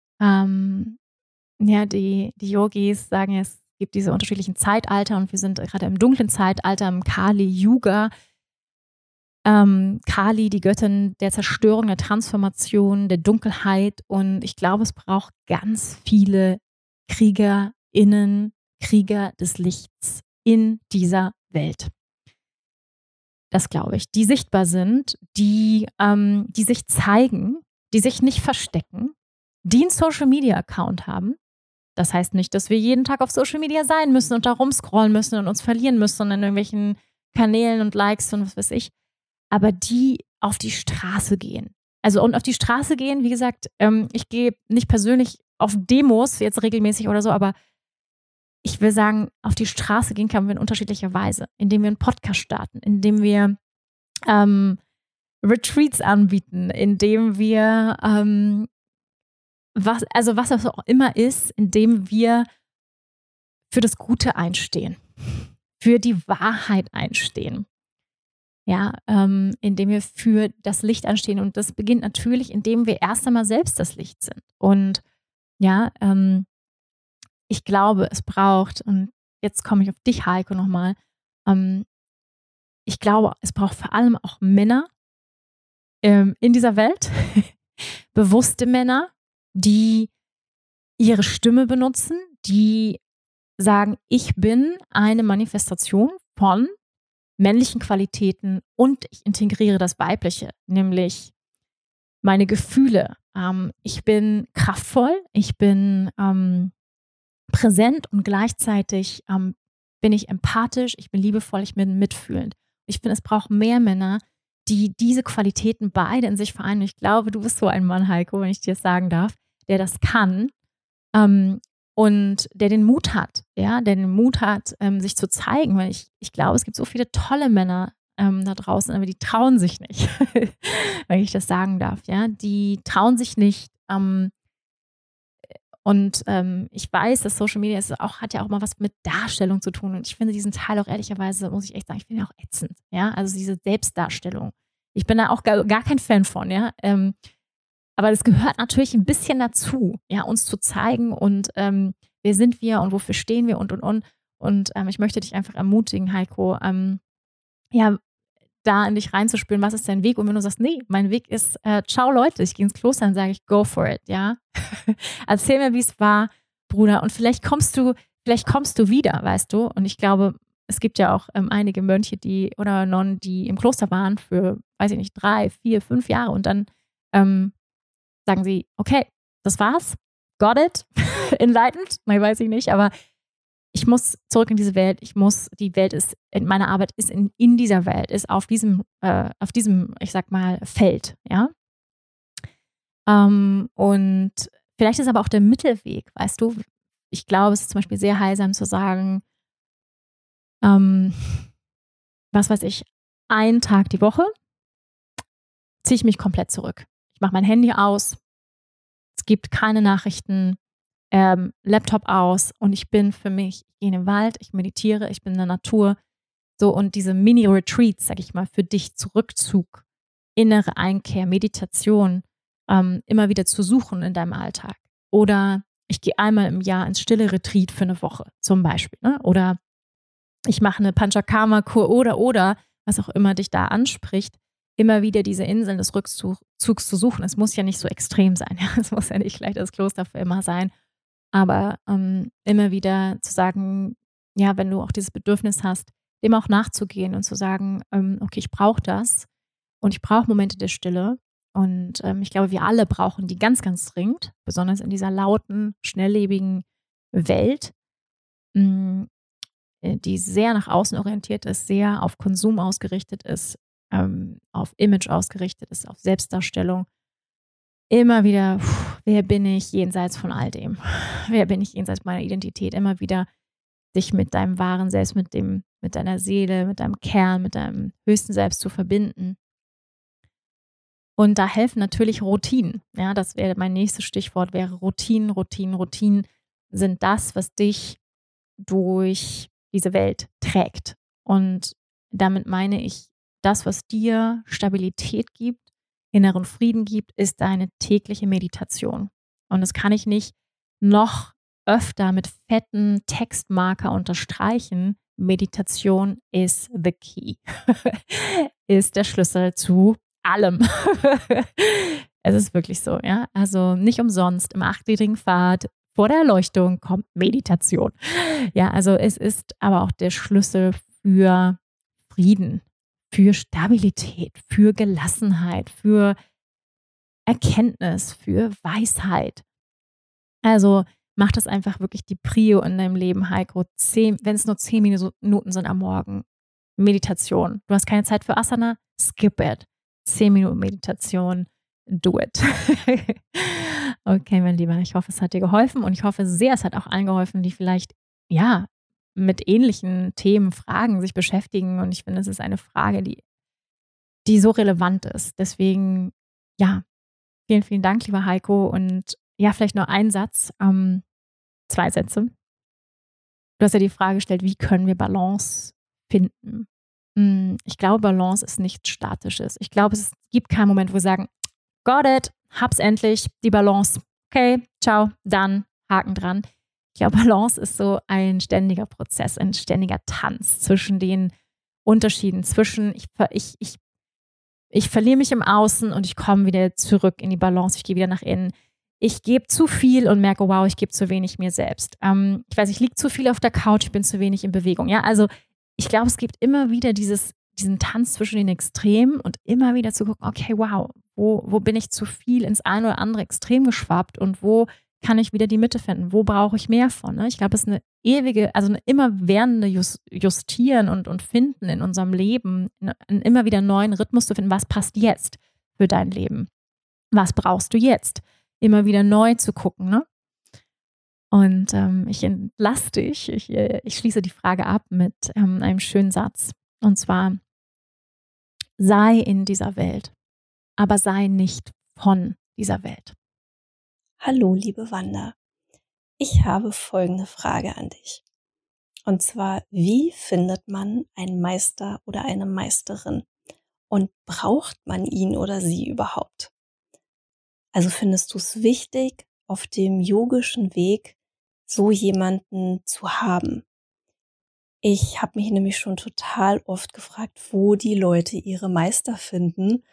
die Yogis sagen, es gibt diese unterschiedlichen Zeitalter und wir sind gerade im dunklen Zeitalter, im Kali-Yuga. Kali, die Göttin der Zerstörung, der Transformation, der Dunkelheit. Und ich glaube, es braucht ganz viele KriegerInnen, Krieger des Lichts in dieser Welt. Das glaube ich. Die sichtbar sind, die sich zeigen, die sich nicht verstecken, die einen Social-Media-Account haben. Das heißt nicht, dass wir jeden Tag auf Social Media sein müssen und da rumscrollen müssen und uns verlieren müssen in irgendwelchen Kanälen und Likes und was weiß ich. Aber die auf die Straße gehen. Also und auf die Straße gehen, wie gesagt, ich gehe nicht persönlich auf Demos jetzt regelmäßig oder so, aber ich will sagen, auf die Straße gehen können wir in unterschiedlicher Weise, indem wir einen Podcast starten, indem wir Retreats anbieten, indem wir was es auch immer ist, indem wir für das Gute einstehen, für die Wahrheit einstehen. Ja, indem wir für das Licht anstehen. Und das beginnt natürlich, indem wir erst einmal selbst das Licht sind. Und ja, ich glaube, es braucht, und jetzt komme ich auf dich, Heiko, nochmal, ich glaube, es braucht vor allem auch Männer in dieser Welt, bewusste Männer, die ihre Stimme benutzen, die sagen, ich bin eine Manifestation von männlichen Qualitäten und ich integriere das Weibliche, nämlich meine Gefühle. Ich bin kraftvoll, ich bin präsent und gleichzeitig bin ich empathisch, ich bin liebevoll, ich bin mitfühlend. Ich finde, es braucht mehr Männer, die diese Qualitäten beide in sich vereinen. Ich glaube, du bist so ein Mann, Heiko, wenn ich dir das sagen darf, der das kann und der den Mut hat, sich zu zeigen, weil ich glaube, es gibt so viele tolle Männer da draußen, aber die trauen sich nicht, wenn ich das sagen darf, ja, die trauen sich nicht Und ich weiß, dass Social Media hat ja auch mal was mit Darstellung zu tun. Und ich finde diesen Teil auch ehrlicherweise, muss ich echt sagen, ich finde ihn auch ätzend. Ja, also diese Selbstdarstellung. Ich bin da auch gar kein Fan von, ja. Aber das gehört natürlich ein bisschen dazu, ja, uns zu zeigen und wer sind wir und wofür stehen wir und. Und ich möchte dich einfach ermutigen, Heiko, ja, da in dich reinzuspüren, was ist dein Weg? Und wenn du sagst, nee, mein Weg ist, ciao Leute, ich gehe ins Kloster, dann sage ich, go for it, ja. Erzähl mir, wie es war, Bruder. Und vielleicht kommst du wieder, weißt du. Und ich glaube, es gibt ja auch einige Mönche, oder Nonnen, die im Kloster waren für, weiß ich nicht, 3, 4, 5 Jahre und dann sagen sie, okay, das war's, got it, enlightened, nein, weiß ich nicht, aber ich muss zurück in diese Welt, die Welt ist, meine Arbeit ist in dieser Welt, ist auf diesem, ich sag mal, Feld, ja. Und vielleicht ist aber auch der Mittelweg, weißt du, ich glaube, es ist zum Beispiel sehr heilsam zu sagen, was weiß ich, einen Tag die Woche ziehe ich mich komplett zurück. Ich mache mein Handy aus, es gibt keine Nachrichten, Laptop aus und ich bin für mich, ich gehe in den Wald, ich meditiere, ich bin in der Natur. So, und diese Mini-Retreats, sag ich mal, für dich Zurückzug, innere Einkehr, Meditation, immer wieder zu suchen in deinem Alltag. Oder ich gehe einmal im Jahr ins stille Retreat für eine Woche, zum Beispiel. Ne? Oder ich mache eine Panchakarma-Kur oder was auch immer dich da anspricht, immer wieder diese Inseln des Rückzugs zu suchen. Es muss ja nicht so extrem sein. Ja? Es muss ja nicht gleich das Kloster für immer sein. Aber immer wieder zu sagen, ja, wenn du auch dieses Bedürfnis hast, dem auch nachzugehen und zu sagen, okay, ich brauche das und ich brauche Momente der Stille. Und ich glaube, wir alle brauchen die ganz, ganz dringend, besonders in dieser lauten, schnelllebigen Welt, die sehr nach außen orientiert ist, sehr auf Konsum ausgerichtet ist, auf Image ausgerichtet ist, auf Selbstdarstellung. Immer wieder, wer bin ich jenseits von all dem? Wer bin ich jenseits meiner Identität? Immer wieder dich mit deinem wahren Selbst, mit deiner Seele, mit deinem Kern, mit deinem höchsten Selbst zu verbinden. Und da helfen natürlich Routinen. Ja, das wäre mein nächstes Stichwort, wäre Routinen. Routinen sind das, was dich durch diese Welt trägt. Und damit meine ich, das, was dir Stabilität gibt, inneren Frieden gibt, ist deine tägliche Meditation. Und das kann ich nicht noch öfter mit fetten Textmarker unterstreichen. Meditation is the key. Ist der Schlüssel zu allem. Es ist wirklich so, ja. Also nicht umsonst im 8-gliedrigen Pfad vor der Erleuchtung kommt Meditation. Ja, also es ist aber auch der Schlüssel für Frieden, für Stabilität, für Gelassenheit, für Erkenntnis, für Weisheit. Also mach das einfach wirklich die Prio in deinem Leben, Heiko. Wenn es nur 10 Minuten sind am Morgen. Meditation. Du hast keine Zeit für Asana? Skip it. 10 Minuten Meditation. Do it. Okay, mein Lieber, ich hoffe, es hat dir geholfen und ich hoffe sehr, es hat auch allen geholfen, die vielleicht, ja, mit ähnlichen Themen, Fragen sich beschäftigen. Und ich finde, es ist eine Frage, die so relevant ist. Deswegen, ja, vielen, vielen Dank, lieber Heiko. Und ja, vielleicht nur ein Satz, 2 Sätze. Du hast ja die Frage gestellt, wie können wir Balance finden? Ich glaube, Balance ist nichts Statisches. Ich glaube, es gibt keinen Moment, wo wir sagen, got it, hab's endlich, die Balance. Okay, ciao, dann, Haken dran. Ich glaube, Balance ist so ein ständiger Prozess, ein ständiger Tanz zwischen den Unterschieden, zwischen ich verliere mich im Außen und ich komme wieder zurück in die Balance, ich gehe wieder nach innen. Ich gebe zu viel und merke, wow, ich gebe zu wenig mir selbst. Ich weiß, ich liege zu viel auf der Couch, ich bin zu wenig in Bewegung. Ja, also ich glaube, es gibt immer wieder diesen Tanz zwischen den Extremen und immer wieder zu gucken, okay, wow, wo bin ich zu viel ins eine oder andere Extrem geschwappt und wo kann ich wieder die Mitte finden? Wo brauche ich mehr von? Ne? Ich glaube, es ist eine immerwährende Justieren und Finden in unserem Leben, einen immer wieder neuen Rhythmus zu finden. Was passt jetzt für dein Leben? Was brauchst du jetzt? Immer wieder neu zu gucken. Ne? Und ich entlasse dich. Ich schließe die Frage ab mit einem schönen Satz. Und zwar, sei in dieser Welt, aber sei nicht von dieser Welt. Hallo, liebe Wanda. Ich habe folgende Frage an dich. Und zwar, wie findet man einen Meister oder eine Meisterin? Und braucht man ihn oder sie überhaupt? Also findest du es wichtig, auf dem yogischen Weg so jemanden zu haben? Ich habe mich nämlich schon total oft gefragt, wo die Leute ihre Meister finden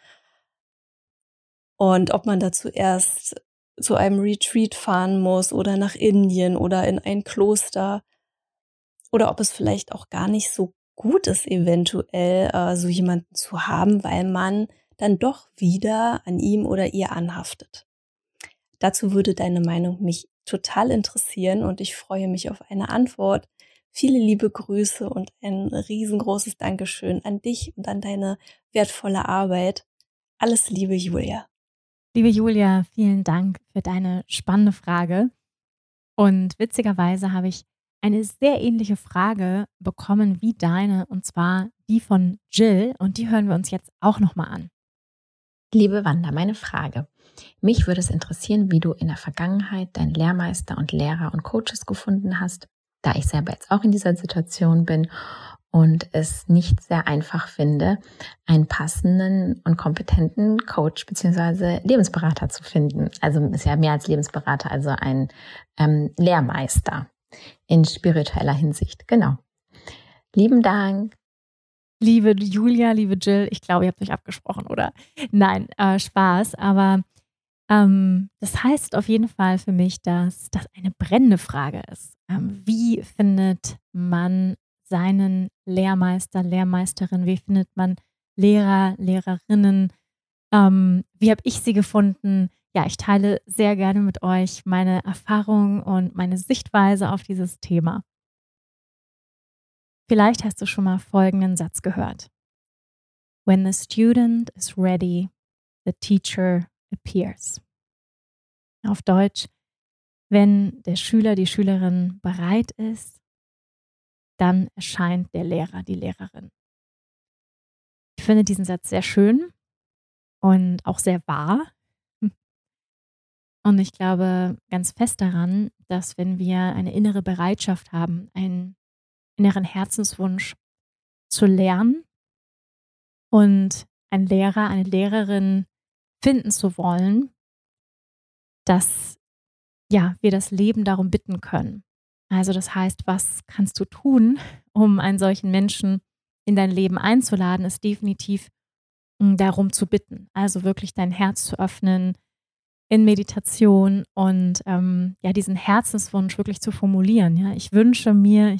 und ob man dazu erst zu einem Retreat fahren muss oder nach Indien oder in ein Kloster oder ob es vielleicht auch gar nicht so gut ist, eventuell so jemanden zu haben, weil man dann doch wieder an ihm oder ihr anhaftet. Dazu würde deine Meinung mich total interessieren und ich freue mich auf eine Antwort. Viele liebe Grüße und ein riesengroßes Dankeschön an dich und an deine wertvolle Arbeit. Alles Liebe, Julia. Liebe Julia, vielen Dank für deine spannende Frage. Und witzigerweise habe ich eine sehr ähnliche Frage bekommen wie deine, und zwar die von Jill. Und die hören wir uns jetzt auch nochmal an. Liebe Wanda, meine Frage. Mich würde es interessieren, wie du in der Vergangenheit deinen Lehrmeister und Lehrer und Coaches gefunden hast, da ich selber jetzt auch in dieser Situation bin und es nicht sehr einfach finde, einen passenden und kompetenten Coach bzw. Lebensberater zu finden. Also ist ja mehr als Lebensberater, also ein Lehrmeister in spiritueller Hinsicht. Genau. Lieben Dank. Liebe Julia, liebe Jill, ich glaube, ihr habt euch abgesprochen, oder? Nein, Spaß, aber das heißt auf jeden Fall für mich, dass das eine brennende Frage ist. Wie findet man seinen Lehrmeister, Lehrmeisterin? Wie findet man Lehrer, Lehrerinnen? Wie habe ich sie gefunden? Ja, ich teile sehr gerne mit euch meine Erfahrung und meine Sichtweise auf dieses Thema. Vielleicht hast du schon mal folgenden Satz gehört. When the student is ready, the teacher appears. Auf Deutsch, wenn der Schüler, die Schülerin bereit ist, dann erscheint der Lehrer, die Lehrerin. Ich finde diesen Satz sehr schön und auch sehr wahr. Und ich glaube ganz fest daran, dass wenn wir eine innere Bereitschaft haben, einen inneren Herzenswunsch zu lernen und einen Lehrer, eine Lehrerin finden zu wollen, dass wir das Leben darum bitten können. Also das heißt, was kannst du tun, um einen solchen Menschen in dein Leben einzuladen, ist definitiv darum zu bitten. Also wirklich dein Herz zu öffnen in Meditation und diesen Herzenswunsch wirklich zu formulieren. Ja? Ich wünsche mir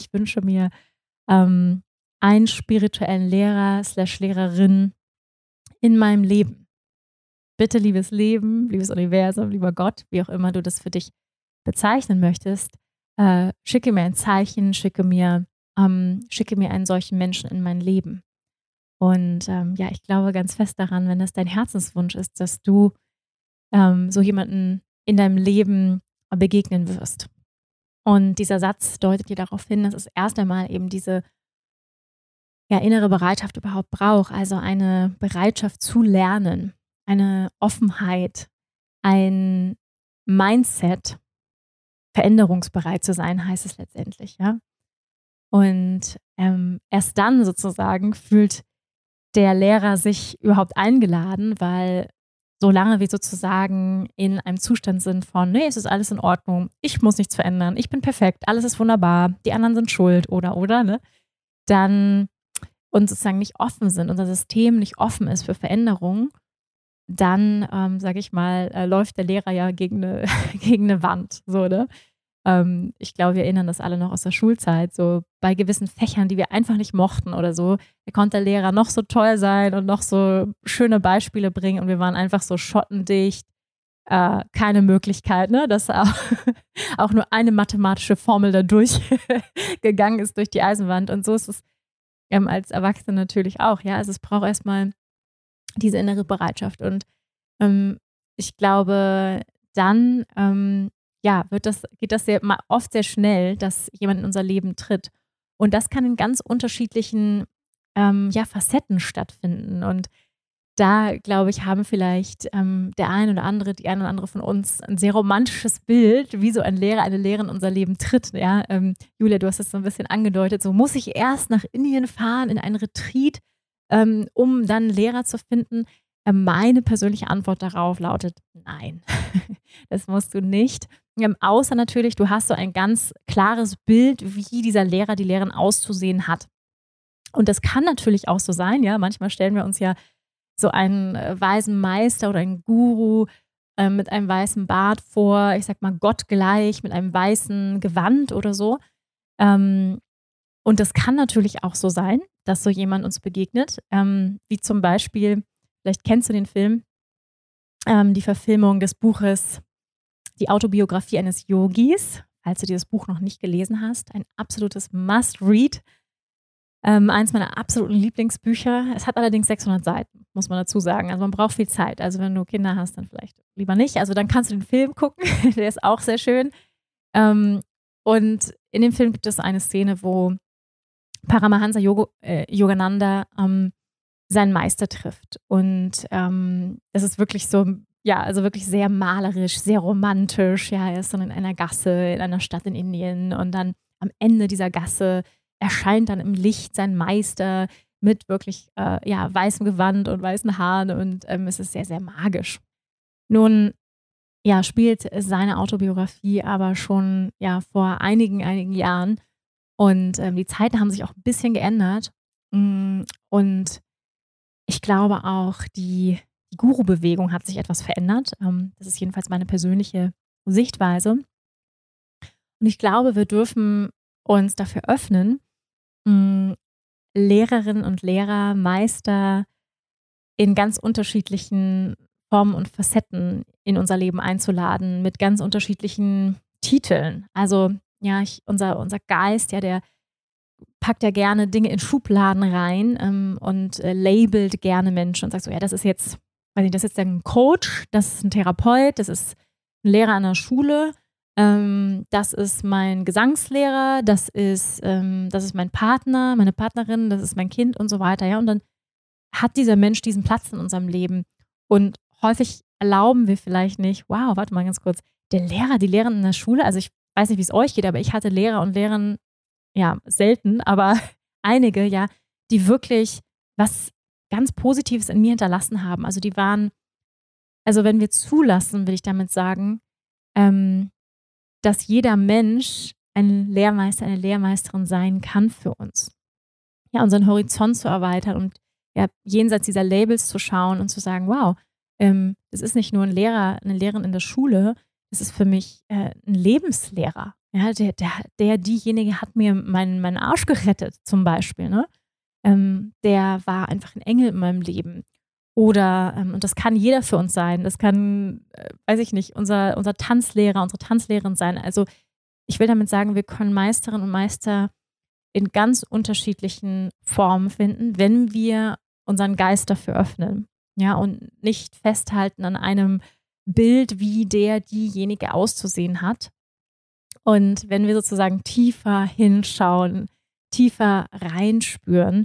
einen spirituellen Lehrer / Lehrerin in meinem Leben. Bitte, liebes Leben, liebes Universum, lieber Gott, wie auch immer du das für dich bezeichnen möchtest, schicke mir ein Zeichen, schicke mir einen solchen Menschen in mein Leben. Und ich glaube ganz fest daran, wenn das dein Herzenswunsch ist, dass du so jemanden in deinem Leben begegnen wirst. Und dieser Satz deutet dir darauf hin, dass es erst einmal eben diese innere Bereitschaft überhaupt braucht, also eine Bereitschaft zu lernen, eine Offenheit, ein Mindset, veränderungsbereit zu sein, heißt es letztendlich, ja. Und erst dann sozusagen fühlt der Lehrer sich überhaupt eingeladen, weil solange wir sozusagen in einem Zustand sind von, nee, es ist alles in Ordnung, ich muss nichts verändern, ich bin perfekt, alles ist wunderbar, die anderen sind schuld oder, ne? Dann und sozusagen nicht offen sind, unser System nicht offen ist für Veränderung, dann, sage ich mal, läuft der Lehrer ja gegen eine Wand, so, ne? Ich glaube, wir erinnern das alle noch aus der Schulzeit, so bei gewissen Fächern, die wir einfach nicht mochten oder so, da konnte der Lehrer noch so toll sein und noch so schöne Beispiele bringen und wir waren einfach so schottendicht, keine Möglichkeit, ne, dass auch nur eine mathematische Formel da durchgegangen ist durch die Eisenwand und so ist es als Erwachsene natürlich auch, ja, also es braucht erstmal diese innere Bereitschaft und ich glaube, dann geht das oft sehr schnell, dass jemand in unser Leben tritt. Und das kann in ganz unterschiedlichen Facetten stattfinden. Und da, glaube ich, haben vielleicht die eine oder andere von uns ein sehr romantisches Bild, wie so ein Lehrer, eine Lehrerin in unser Leben tritt. Ja? Julia, du hast es so ein bisschen angedeutet, so muss ich erst nach Indien fahren, in ein Retreat, um dann einen Lehrer zu finden. Meine persönliche Antwort darauf lautet, nein, das musst du nicht. Außer natürlich, du hast so ein ganz klares Bild, wie dieser Lehrer, die Lehrerin auszusehen hat. Und das kann natürlich auch so sein, ja. Manchmal stellen wir uns ja so einen weisen Meister oder einen Guru mit einem weißen Bart vor, ich sag mal gottgleich, mit einem weißen Gewand oder so. Und das kann natürlich auch so sein, dass so jemand uns begegnet, wie zum Beispiel, vielleicht kennst du den Film, die Verfilmung des Buches Die Autobiografie eines Yogis, falls du dieses Buch noch nicht gelesen hast. Ein absolutes Must-Read. Eins meiner absoluten Lieblingsbücher. Es hat allerdings 600 Seiten, muss man dazu sagen. Also man braucht viel Zeit. Also wenn du Kinder hast, dann vielleicht lieber nicht. Also dann kannst du den Film gucken. Der ist auch sehr schön. Und in dem Film gibt es eine Szene, wo Paramahansa Yogananda seinen Meister trifft. Und das ist wirklich so, ja, also wirklich sehr malerisch, sehr romantisch. Ja, er ist dann in einer Gasse, in einer Stadt in Indien. Und dann am Ende dieser Gasse erscheint dann im Licht sein Meister mit wirklich weißem Gewand und weißen Haaren. Und es ist sehr, sehr magisch. Nun, ja, spielt seine Autobiografie aber schon vor einigen Jahren. Und die Zeiten haben sich auch ein bisschen geändert. Und ich glaube auch, die Guru-Bewegung hat sich etwas verändert. Das ist jedenfalls meine persönliche Sichtweise. Und ich glaube, wir dürfen uns dafür öffnen, Lehrerinnen und Lehrer, Meister in ganz unterschiedlichen Formen und Facetten in unser Leben einzuladen, mit ganz unterschiedlichen Titeln. Also ja, unser Geist, ja, der packt ja gerne Dinge in Schubladen rein und labelt gerne Menschen und sagt so, ja, das ist jetzt, weiß nicht, das ist jetzt ein Coach, das ist ein Therapeut, das ist ein Lehrer an der Schule, das ist mein Gesangslehrer, das ist mein Partner, meine Partnerin, das ist mein Kind und so weiter, ja. Und dann hat dieser Mensch diesen Platz in unserem Leben. Und häufig erlauben wir vielleicht nicht, wow, warte mal ganz kurz, der Lehrer, die Lehrerin in der Schule, also ich weiß nicht, wie es euch geht, aber ich hatte Lehrer und Lehrerinnen, ja, selten, aber einige, ja, die wirklich was ganz Positives in mir hinterlassen haben. Also die waren, also wenn wir zulassen, will ich damit sagen, dass jeder Mensch ein Lehrmeister, eine Lehrmeisterin sein kann für uns. Ja, unseren Horizont zu erweitern und ja, jenseits dieser Labels zu schauen und zu sagen, wow, das ist nicht nur ein Lehrer, eine Lehrerin in der Schule, das ist für mich ein Lebenslehrer. Ja, diejenige hat mir meinen Arsch gerettet, zum Beispiel. Ne? Der war einfach ein Engel in meinem Leben. Oder, und das kann jeder für uns sein, das kann, weiß ich nicht, unser Tanzlehrer, unsere Tanzlehrerin sein. Also ich will damit sagen, wir können Meisterinnen und Meister in ganz unterschiedlichen Formen finden, wenn wir unseren Geist dafür öffnen. Ja, und nicht festhalten an einem Bild, wie diejenige auszusehen hat. Und wenn wir sozusagen tiefer hinschauen, tiefer reinspüren,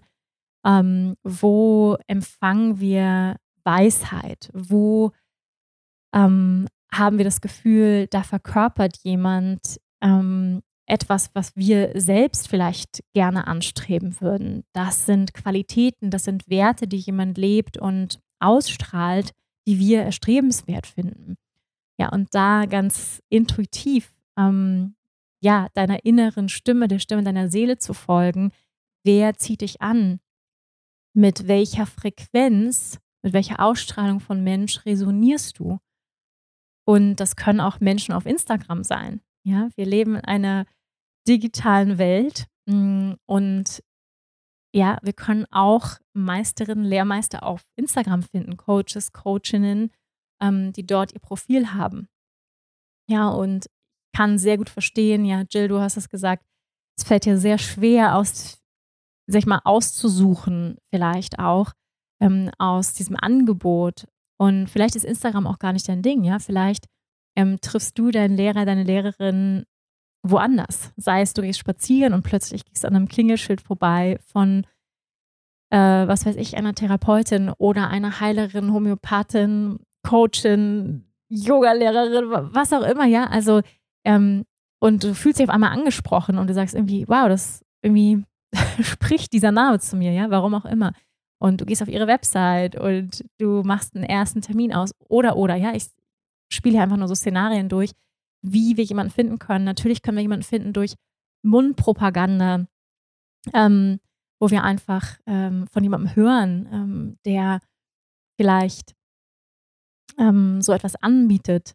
wo empfangen wir Weisheit? Wo haben wir das Gefühl, da verkörpert jemand etwas, was wir selbst vielleicht gerne anstreben würden? Das sind Qualitäten, das sind Werte, die jemand lebt und ausstrahlt, die wir erstrebenswert finden. Ja, und da ganz intuitiv deiner inneren Stimme, der Stimme deiner Seele zu folgen. Wer zieht dich an? Mit welcher Frequenz, mit welcher Ausstrahlung von Mensch resonierst du? Und das können auch Menschen auf Instagram sein. Ja, wir leben in einer digitalen Welt und ja, wir können auch Meisterinnen, Lehrmeister auf Instagram finden, Coaches, Coachinnen, die dort ihr Profil haben. Ja, und kann sehr gut verstehen, ja, Jill, du hast es gesagt, es fällt dir sehr schwer auszusuchen, vielleicht auch aus diesem Angebot. Und vielleicht ist Instagram auch gar nicht dein Ding, ja. Vielleicht triffst du deinen Lehrer, deine Lehrerin woanders. Sei es, du gehst spazieren und plötzlich gehst du an einem Klingelschild vorbei von was weiß ich, einer Therapeutin oder einer Heilerin, Homöopathin, Coachin, Yogalehrerin, was auch immer, ja. Also, und du fühlst dich auf einmal angesprochen und du sagst irgendwie, wow, das irgendwie spricht dieser Name zu mir, ja, warum auch immer. Und du gehst auf ihre Website und du machst einen ersten Termin aus. Oder, ja, ich spiele hier einfach nur so Szenarien durch, wie wir jemanden finden können. Natürlich können wir jemanden finden durch Mundpropaganda, wo wir einfach von jemandem hören, der vielleicht so etwas anbietet.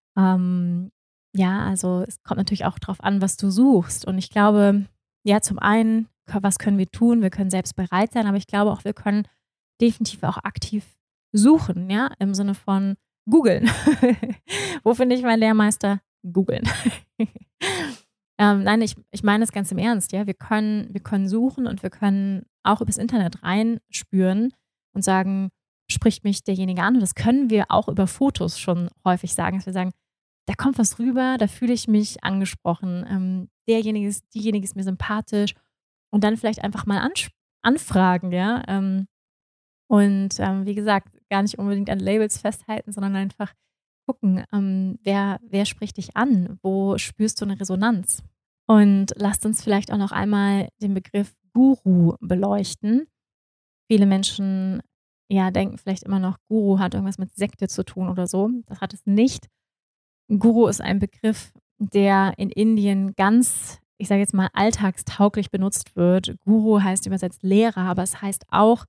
Ja, also es kommt natürlich auch darauf an, was du suchst. Und ich glaube, ja, zum einen, was können wir tun? Wir können selbst bereit sein, aber ich glaube auch, wir können definitiv auch aktiv suchen, ja, im Sinne von googeln. Wo finde ich meinen Lehrmeister? Googeln. Nein, ich meine es ganz im Ernst, ja. Wir können suchen und wir können auch übers Internet reinspüren und sagen, spricht mich derjenige an? Und das können wir auch über Fotos schon häufig sagen, dass wir sagen, da kommt was rüber, da fühle ich mich angesprochen. Diejenige ist mir sympathisch. Und dann vielleicht einfach mal anfragen, ja. Wie gesagt, gar nicht unbedingt an Labels festhalten, sondern einfach gucken, wer spricht dich an? Wo spürst du eine Resonanz? Und lasst uns vielleicht auch noch einmal den Begriff Guru beleuchten. Viele Menschen denken vielleicht immer noch, Guru hat irgendwas mit Sekte zu tun oder so. Das hat es nicht. Guru ist ein Begriff, der in Indien ganz, ich sage jetzt mal, alltagstauglich benutzt wird. Guru heißt übersetzt Lehrer, aber es heißt auch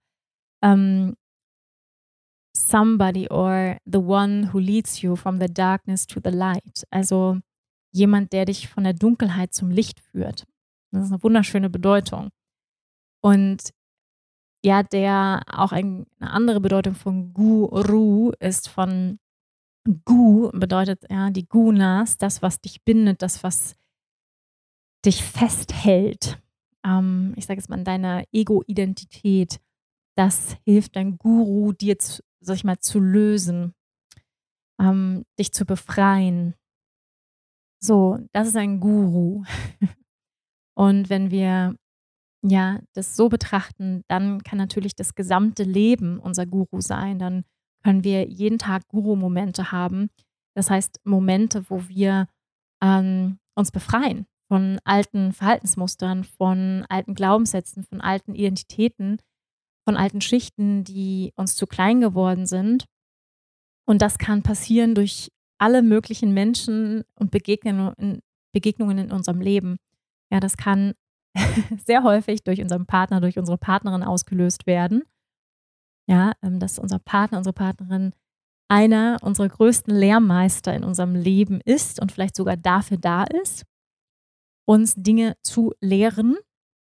somebody or the one who leads you from the darkness to the light. Also jemand, der dich von der Dunkelheit zum Licht führt. Das ist eine wunderschöne Bedeutung. Und ja, der auch eine andere Bedeutung von Guru ist von Gu, bedeutet ja die Gunas, das, was dich bindet, das, was dich festhält. Ich sage jetzt mal, in deiner Ego-Identität. Das hilft dein Guru, dir zu lösen, dich zu befreien. So, das ist ein Guru. Und wenn wir das so betrachten, dann kann natürlich das gesamte Leben unser Guru sein. Dann können wir jeden Tag Guru-Momente haben. Das heißt, Momente, wo wir uns befreien von alten Verhaltensmustern, von alten Glaubenssätzen, von alten Identitäten, von alten Schichten, die uns zu klein geworden sind. Und das kann passieren durch alle möglichen Menschen und Begegnungen in unserem Leben. Ja, das kann sehr häufig durch unseren Partner, durch unsere Partnerin ausgelöst werden. Ja, dass unser Partner, unsere Partnerin einer unserer größten Lehrmeister in unserem Leben ist und vielleicht sogar dafür da ist, uns Dinge zu lehren,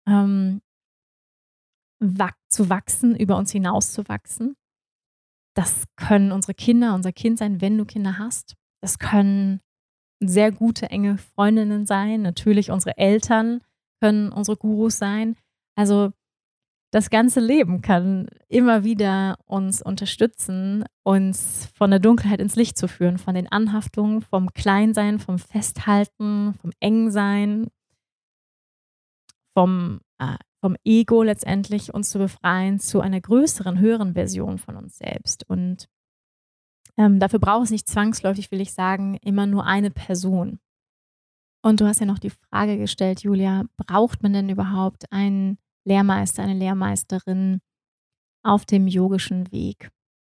zu wachsen, über uns hinaus zu wachsen. Das können unsere Kinder, unser Kind sein, wenn du Kinder hast. Das können sehr gute, enge Freundinnen sein. Natürlich unsere Eltern können unsere Gurus sein. Also das ganze Leben kann immer wieder uns unterstützen, uns von der Dunkelheit ins Licht zu führen, von den Anhaftungen, vom Kleinsein, vom Festhalten, vom Engsein, vom Ego letztendlich, uns zu befreien zu einer größeren, höheren Version von uns selbst. Und dafür braucht es nicht zwangsläufig, will ich sagen, immer nur eine Person. Und du hast ja noch die Frage gestellt, Julia, braucht man denn überhaupt einen Lehrmeister, eine Lehrmeisterin auf dem yogischen Weg?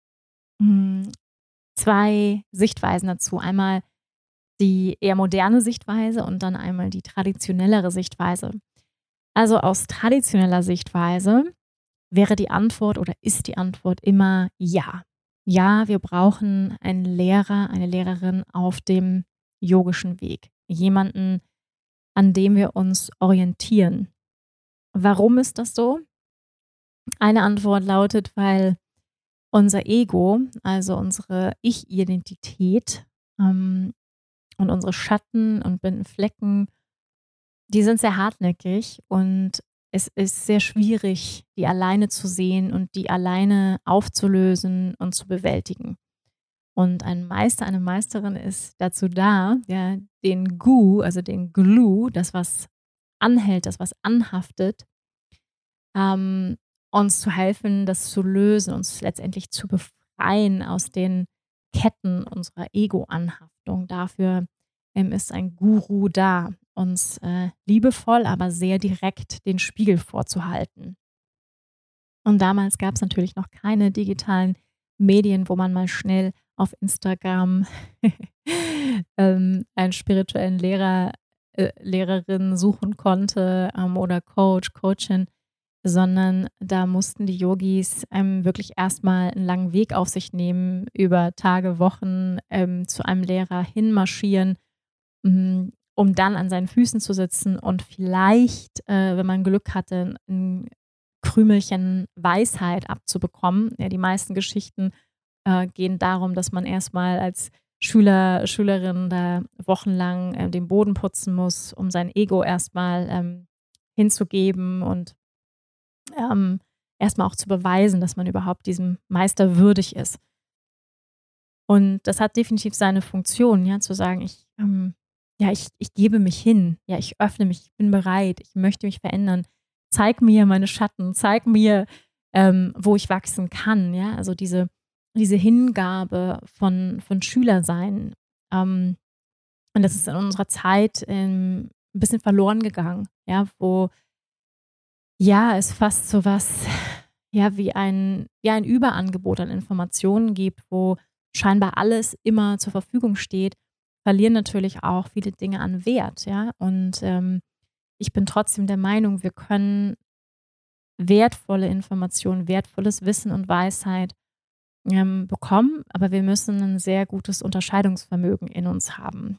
2 Sichtweisen dazu. Einmal die eher moderne Sichtweise und dann einmal die traditionellere Sichtweise. Also aus traditioneller Sichtweise wäre die Antwort oder ist die Antwort immer ja. Ja, wir brauchen einen Lehrer, eine Lehrerin auf dem yogischen Weg. Jemanden, an dem wir uns orientieren. Warum ist das so? Eine Antwort lautet, weil unser Ego, also unsere Ich-Identität und unsere Schatten und blinden Flecken, die sind sehr hartnäckig und es ist sehr schwierig, die alleine zu sehen und die alleine aufzulösen und zu bewältigen. Und ein Meister, eine Meisterin ist dazu da, ja, den Gu, also den Glue, das was anhält, das was anhaftet, uns zu helfen, das zu lösen, uns letztendlich zu befreien aus den Ketten unserer Ego-Anhaftung. Dafür ist ein Guru da, uns liebevoll, aber sehr direkt den Spiegel vorzuhalten. Und damals gab es natürlich noch keine digitalen Medien, wo man mal schnell auf Instagram einen spirituellen Lehrer, Lehrerin suchen konnte oder Coach, Coachin, sondern da mussten die Yogis wirklich erstmal einen langen Weg auf sich nehmen, über Tage, Wochen zu einem Lehrer hinmarschieren, um dann an seinen Füßen zu sitzen und vielleicht, wenn man Glück hatte, ein Krümelchen Weisheit abzubekommen. Ja, die meisten Geschichten gehen darum, dass man erstmal als Schüler, Schülerin da wochenlang den Boden putzen muss, um sein Ego erstmal hinzugeben und erstmal auch zu beweisen, dass man überhaupt diesem Meister würdig ist. Und das hat definitiv seine Funktion, ja, zu sagen, ich gebe mich hin, ja, ich öffne mich, ich bin bereit, ich möchte mich verändern. Zeig mir meine Schatten, zeig mir, wo ich wachsen kann, ja, also diese Hingabe von Schülersein. Und das ist in unserer Zeit ein bisschen verloren gegangen, ja, wo es fast so was, ja, wie ein Überangebot an Informationen gibt, wo scheinbar alles immer zur Verfügung steht, verlieren natürlich auch viele Dinge an Wert, ja. Und ich bin trotzdem der Meinung, wir können wertvolle Informationen, wertvolles Wissen und Weisheit bekommen, aber wir müssen ein sehr gutes Unterscheidungsvermögen in uns haben.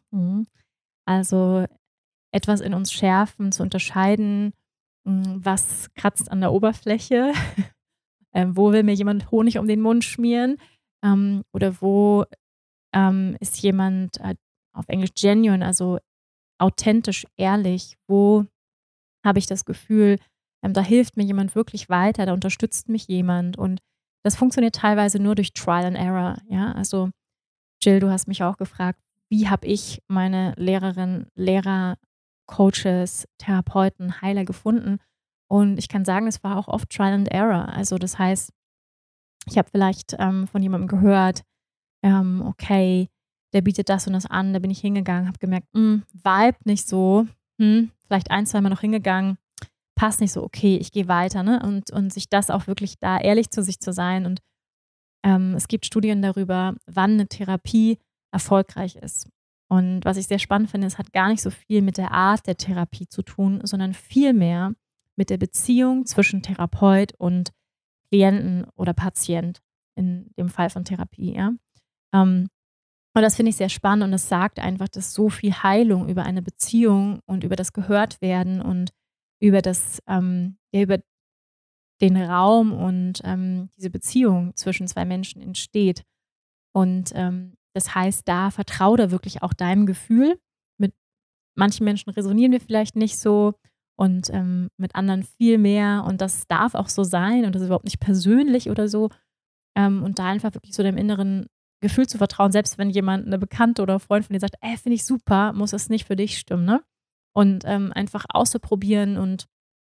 Also etwas in uns schärfen, zu unterscheiden, was kratzt an der Oberfläche, wo will mir jemand Honig um den Mund schmieren, oder wo ist jemand auf Englisch genuine, also authentisch, ehrlich, wo habe ich das Gefühl, da hilft mir jemand wirklich weiter, da unterstützt mich jemand, und das funktioniert teilweise nur durch Trial and Error, ja, also Jill, du hast mich auch gefragt, wie habe ich meine Lehrerin, Lehrer, Coaches, Therapeuten, Heiler gefunden, und ich kann sagen, es war auch oft Trial and Error, also das heißt, ich habe vielleicht von jemandem gehört, okay, der bietet das und das an, da bin ich hingegangen, habe gemerkt, Vibe nicht so, vielleicht 1-2 Mal noch hingegangen, passt nicht so, okay, ich gehe weiter, ne? Und sich das auch wirklich da ehrlich zu sich zu sein. Und es gibt Studien darüber, wann eine Therapie erfolgreich ist. Und was ich sehr spannend finde, es hat gar nicht so viel mit der Art der Therapie zu tun, sondern vielmehr mit der Beziehung zwischen Therapeut und Klienten oder Patient, in dem Fall von Therapie, ja. Und das finde ich sehr spannend, und es sagt einfach, dass so viel Heilung über eine Beziehung und über das Gehörtwerden und über das, über den Raum und diese Beziehung zwischen zwei Menschen entsteht. Und das heißt, vertrau da wirklich auch deinem Gefühl. Mit manchen Menschen resonieren wir vielleicht nicht so und mit anderen viel mehr, und das darf auch so sein und das ist überhaupt nicht persönlich oder so. Und da einfach wirklich so deinem inneren Gefühl zu vertrauen, selbst wenn jemand, eine Bekannte oder ein Freund von dir sagt, finde ich super, muss es nicht für dich stimmen, ne? Und einfach auszuprobieren und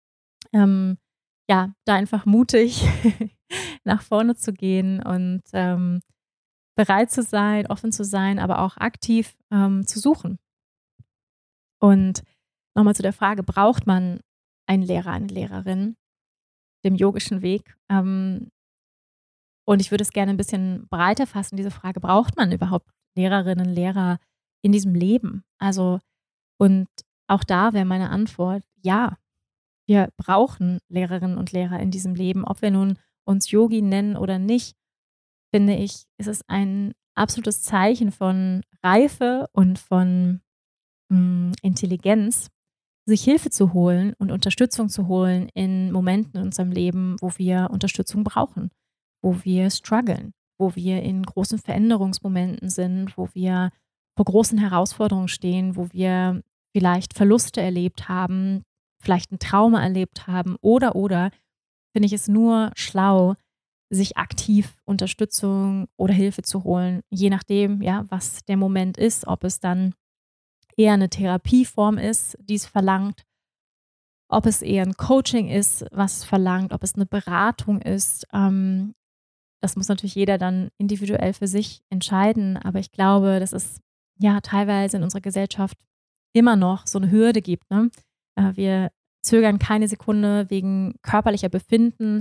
da einfach mutig nach vorne zu gehen und bereit zu sein, offen zu sein, aber auch aktiv zu suchen. Und nochmal zu der Frage, braucht man einen Lehrer, eine Lehrerin, dem yogischen Weg? Und ich würde es gerne ein bisschen breiter fassen, diese Frage, braucht man überhaupt Lehrerinnen, Lehrer in diesem Leben? Also, und auch da wäre meine Antwort, ja, wir brauchen Lehrerinnen und Lehrer in diesem Leben. Ob wir nun uns Yogi nennen oder nicht, finde ich, ist es ein absolutes Zeichen von Reife und von Intelligenz, sich Hilfe zu holen und Unterstützung zu holen in Momenten in unserem Leben, wo wir Unterstützung brauchen, wo wir strugglen, wo wir in großen Veränderungsmomenten sind, wo wir vor großen Herausforderungen stehen, wo wir vielleicht Verluste erlebt haben, vielleicht ein Trauma erlebt haben oder, finde ich es nur schlau, sich aktiv Unterstützung oder Hilfe zu holen, je nachdem, ja, was der Moment ist, ob es dann eher eine Therapieform ist, die es verlangt, ob es eher ein Coaching ist, was es verlangt, ob es eine Beratung ist. Das muss natürlich jeder dann individuell für sich entscheiden. Aber ich glaube, dass es ja teilweise in unserer Gesellschaft immer noch so eine Hürde gibt. Ne? Wir zögern keine Sekunde wegen körperlicher Befinden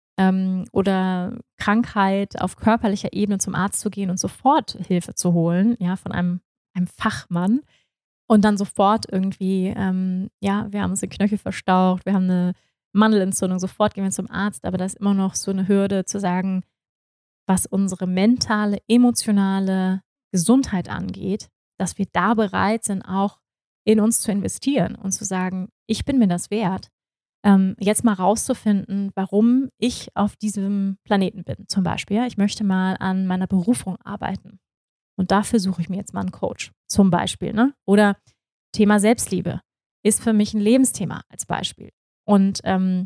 oder Krankheit auf körperlicher Ebene zum Arzt zu gehen und sofort Hilfe zu holen, ja, von einem Fachmann. Und dann sofort irgendwie, wir haben uns den Knöchel verstaucht, wir haben eine Mandelentzündung, sofort gehen wir zum Arzt. Aber da ist immer noch so eine Hürde zu sagen, was unsere mentale, emotionale Gesundheit angeht, dass wir da bereit sind, auch in uns zu investieren und zu sagen, ich bin mir das wert, jetzt mal rauszufinden, warum ich auf diesem Planeten bin. Zum Beispiel, ich möchte mal an meiner Berufung arbeiten. Und dafür suche ich mir jetzt mal einen Coach, zum Beispiel. Ne? Oder Thema Selbstliebe ist für mich ein Lebensthema als Beispiel. Und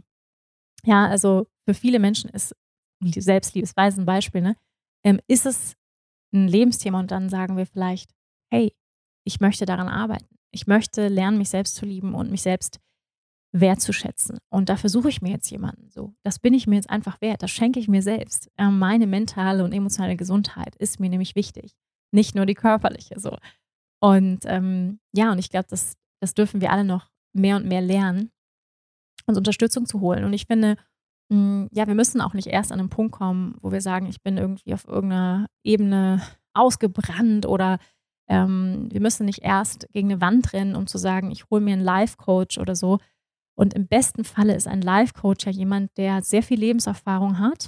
also für viele Menschen ist Selbstliebe, das war ein Beispiel, ne? Ist es ein Lebensthema und dann sagen wir vielleicht, hey, ich möchte daran arbeiten. Ich möchte lernen, mich selbst zu lieben und mich selbst wertzuschätzen. Und dafür suche ich mir jetzt jemanden. So, das bin ich mir jetzt einfach wert. Das schenke ich mir selbst. Meine mentale und emotionale Gesundheit ist mir nämlich wichtig. Nicht nur die körperliche. So. Und und ich glaube, das dürfen wir alle noch mehr und mehr lernen, uns Unterstützung zu holen. Und ich finde, wir müssen auch nicht erst an einen Punkt kommen, wo wir sagen, ich bin irgendwie auf irgendeiner Ebene ausgebrannt oder wir müssen nicht erst gegen eine Wand rennen, um zu sagen, ich hole mir einen Life-Coach oder so. Und im besten Falle ist ein Life-Coach ja jemand, der sehr viel Lebenserfahrung hat,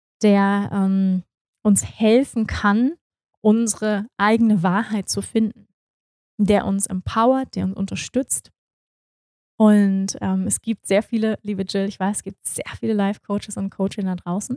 der uns helfen kann, unsere eigene Wahrheit zu finden, der uns empowert, der uns unterstützt. Und es gibt sehr viele, liebe Jill, ich weiß, es gibt sehr viele Life-Coaches und Coachinnen da draußen.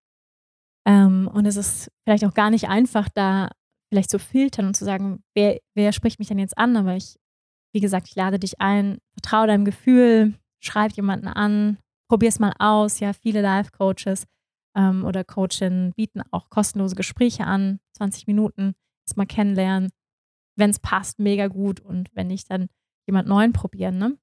Und es ist vielleicht auch gar nicht einfach, da vielleicht zu filtern und zu sagen, wer spricht mich denn jetzt an? Aber wie gesagt, ich lade dich ein, vertraue deinem Gefühl, schreib jemanden an, probier es mal aus. Ja, viele Life-Coaches oder Coachinnen bieten auch kostenlose Gespräche an, 20 Minuten, das mal kennenlernen. Wenn es passt, mega gut. Und wenn nicht, dann jemand Neuen probieren, ne?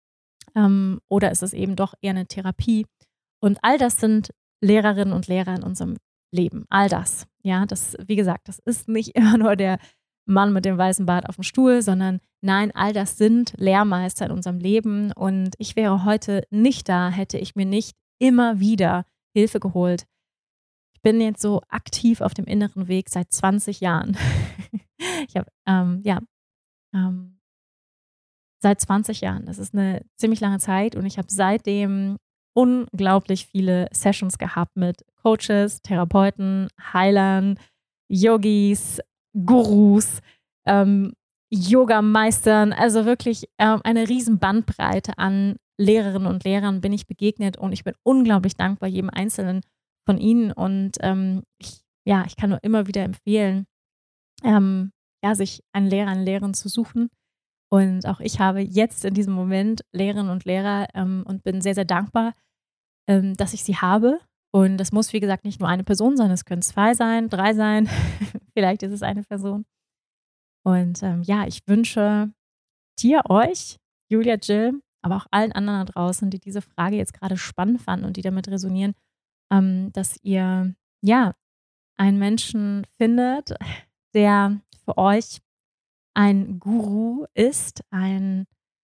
Oder ist es eben doch eher eine Therapie? Und all das sind Lehrerinnen und Lehrer in unserem Leben. All das. Ja, wie gesagt, das ist nicht immer nur der Mann mit dem weißen Bart auf dem Stuhl, sondern nein, all das sind Lehrmeister in unserem Leben. Und ich wäre heute nicht da, hätte ich mir nicht immer wieder Hilfe geholt. Ich bin jetzt so aktiv auf dem inneren Weg seit 20 Jahren. Ich habe, seit 20 Jahren. Das ist eine ziemlich lange Zeit und ich habe seitdem unglaublich viele Sessions gehabt mit Coaches, Therapeuten, Heilern, Yogis, Gurus, Yogameistern. Also wirklich eine riesen Bandbreite an Lehrerinnen und Lehrern bin ich begegnet und ich bin unglaublich dankbar jedem Einzelnen von ihnen und ich kann nur immer wieder empfehlen, sich einen Lehrer, eine Lehrerin zu suchen. Und auch ich habe jetzt in diesem Moment Lehrerinnen und Lehrer und bin sehr, sehr dankbar, dass ich sie habe. Und das muss, wie gesagt, nicht nur eine Person sein, es können 2 sein, 3 sein, vielleicht ist es eine Person. Und ich wünsche dir, euch, Julia, Jill, aber auch allen anderen da draußen, die diese Frage jetzt gerade spannend fanden und die damit resonieren, dass ihr einen Menschen findet, der für euch ein Guru ist, ein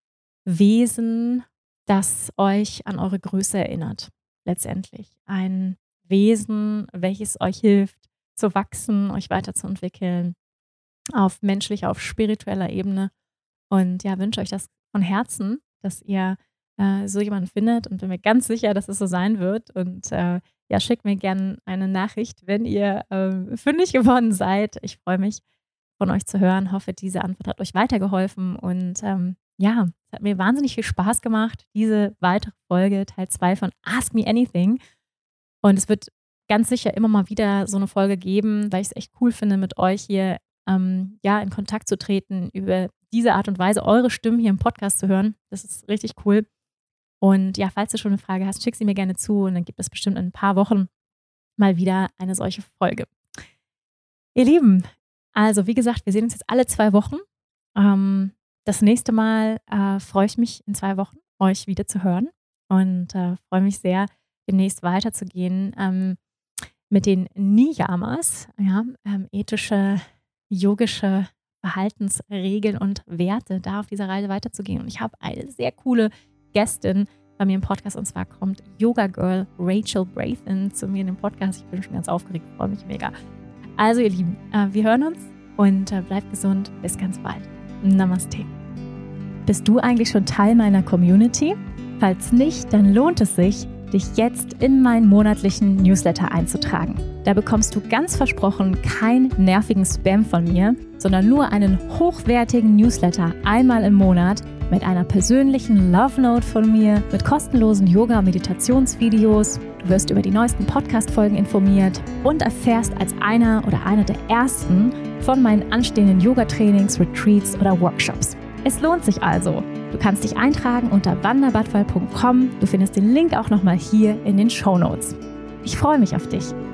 Wesen, das euch an eure Größe erinnert, letztendlich. Ein Wesen, welches euch hilft, zu wachsen, euch weiterzuentwickeln, auf menschlicher, auf spiritueller Ebene. Und wünsche euch das von Herzen, dass ihr so jemanden findet und bin mir ganz sicher, dass es so sein wird. Und schickt mir gerne eine Nachricht, wenn ihr fündig geworden seid. Ich freue mich, von euch zu hören. Hoffe, diese Antwort hat euch weitergeholfen und es hat mir wahnsinnig viel Spaß gemacht, diese weitere Folge, Teil 2 von Ask Me Anything. Und es wird ganz sicher immer mal wieder so eine Folge geben, weil ich es echt cool finde, mit euch hier in Kontakt zu treten, über diese Art und Weise eure Stimmen hier im Podcast zu hören. Das ist richtig cool. Und falls du schon eine Frage hast, schick sie mir gerne zu und dann gibt es bestimmt in ein paar Wochen mal wieder eine solche Folge. Ihr Lieben, also wie gesagt, wir sehen uns jetzt alle 2 Wochen. Das nächste Mal freue ich mich in 2 Wochen euch wieder zu hören und freue mich sehr, demnächst weiterzugehen mit den Niyamas, ethische, yogische Verhaltensregeln und Werte, da auf dieser Reise weiterzugehen. Und ich habe eine sehr coole Gästin bei mir im Podcast, und zwar kommt Yoga Girl Rachel Brathen zu mir in dem Podcast. Ich bin schon ganz aufgeregt, freue mich mega. Also ihr Lieben, wir hören uns und bleibt gesund. Bis ganz bald. Namaste. Bist du eigentlich schon Teil meiner Community? Falls nicht, dann lohnt es sich, dich jetzt in meinen monatlichen Newsletter einzutragen. Da bekommst du ganz versprochen keinen nervigen Spam von mir, sondern nur einen hochwertigen Newsletter einmal im Monat mit einer persönlichen Love Note von mir, mit kostenlosen Yoga- und Meditationsvideos. Du wirst über die neuesten Podcast-Folgen informiert und erfährst als einer oder eine der ersten von meinen anstehenden Yoga-Trainings, Retreats oder Workshops. Es lohnt sich also. Du kannst dich eintragen unter wandabadwal.com. Du findest den Link auch nochmal hier in den Shownotes. Ich freue mich auf dich.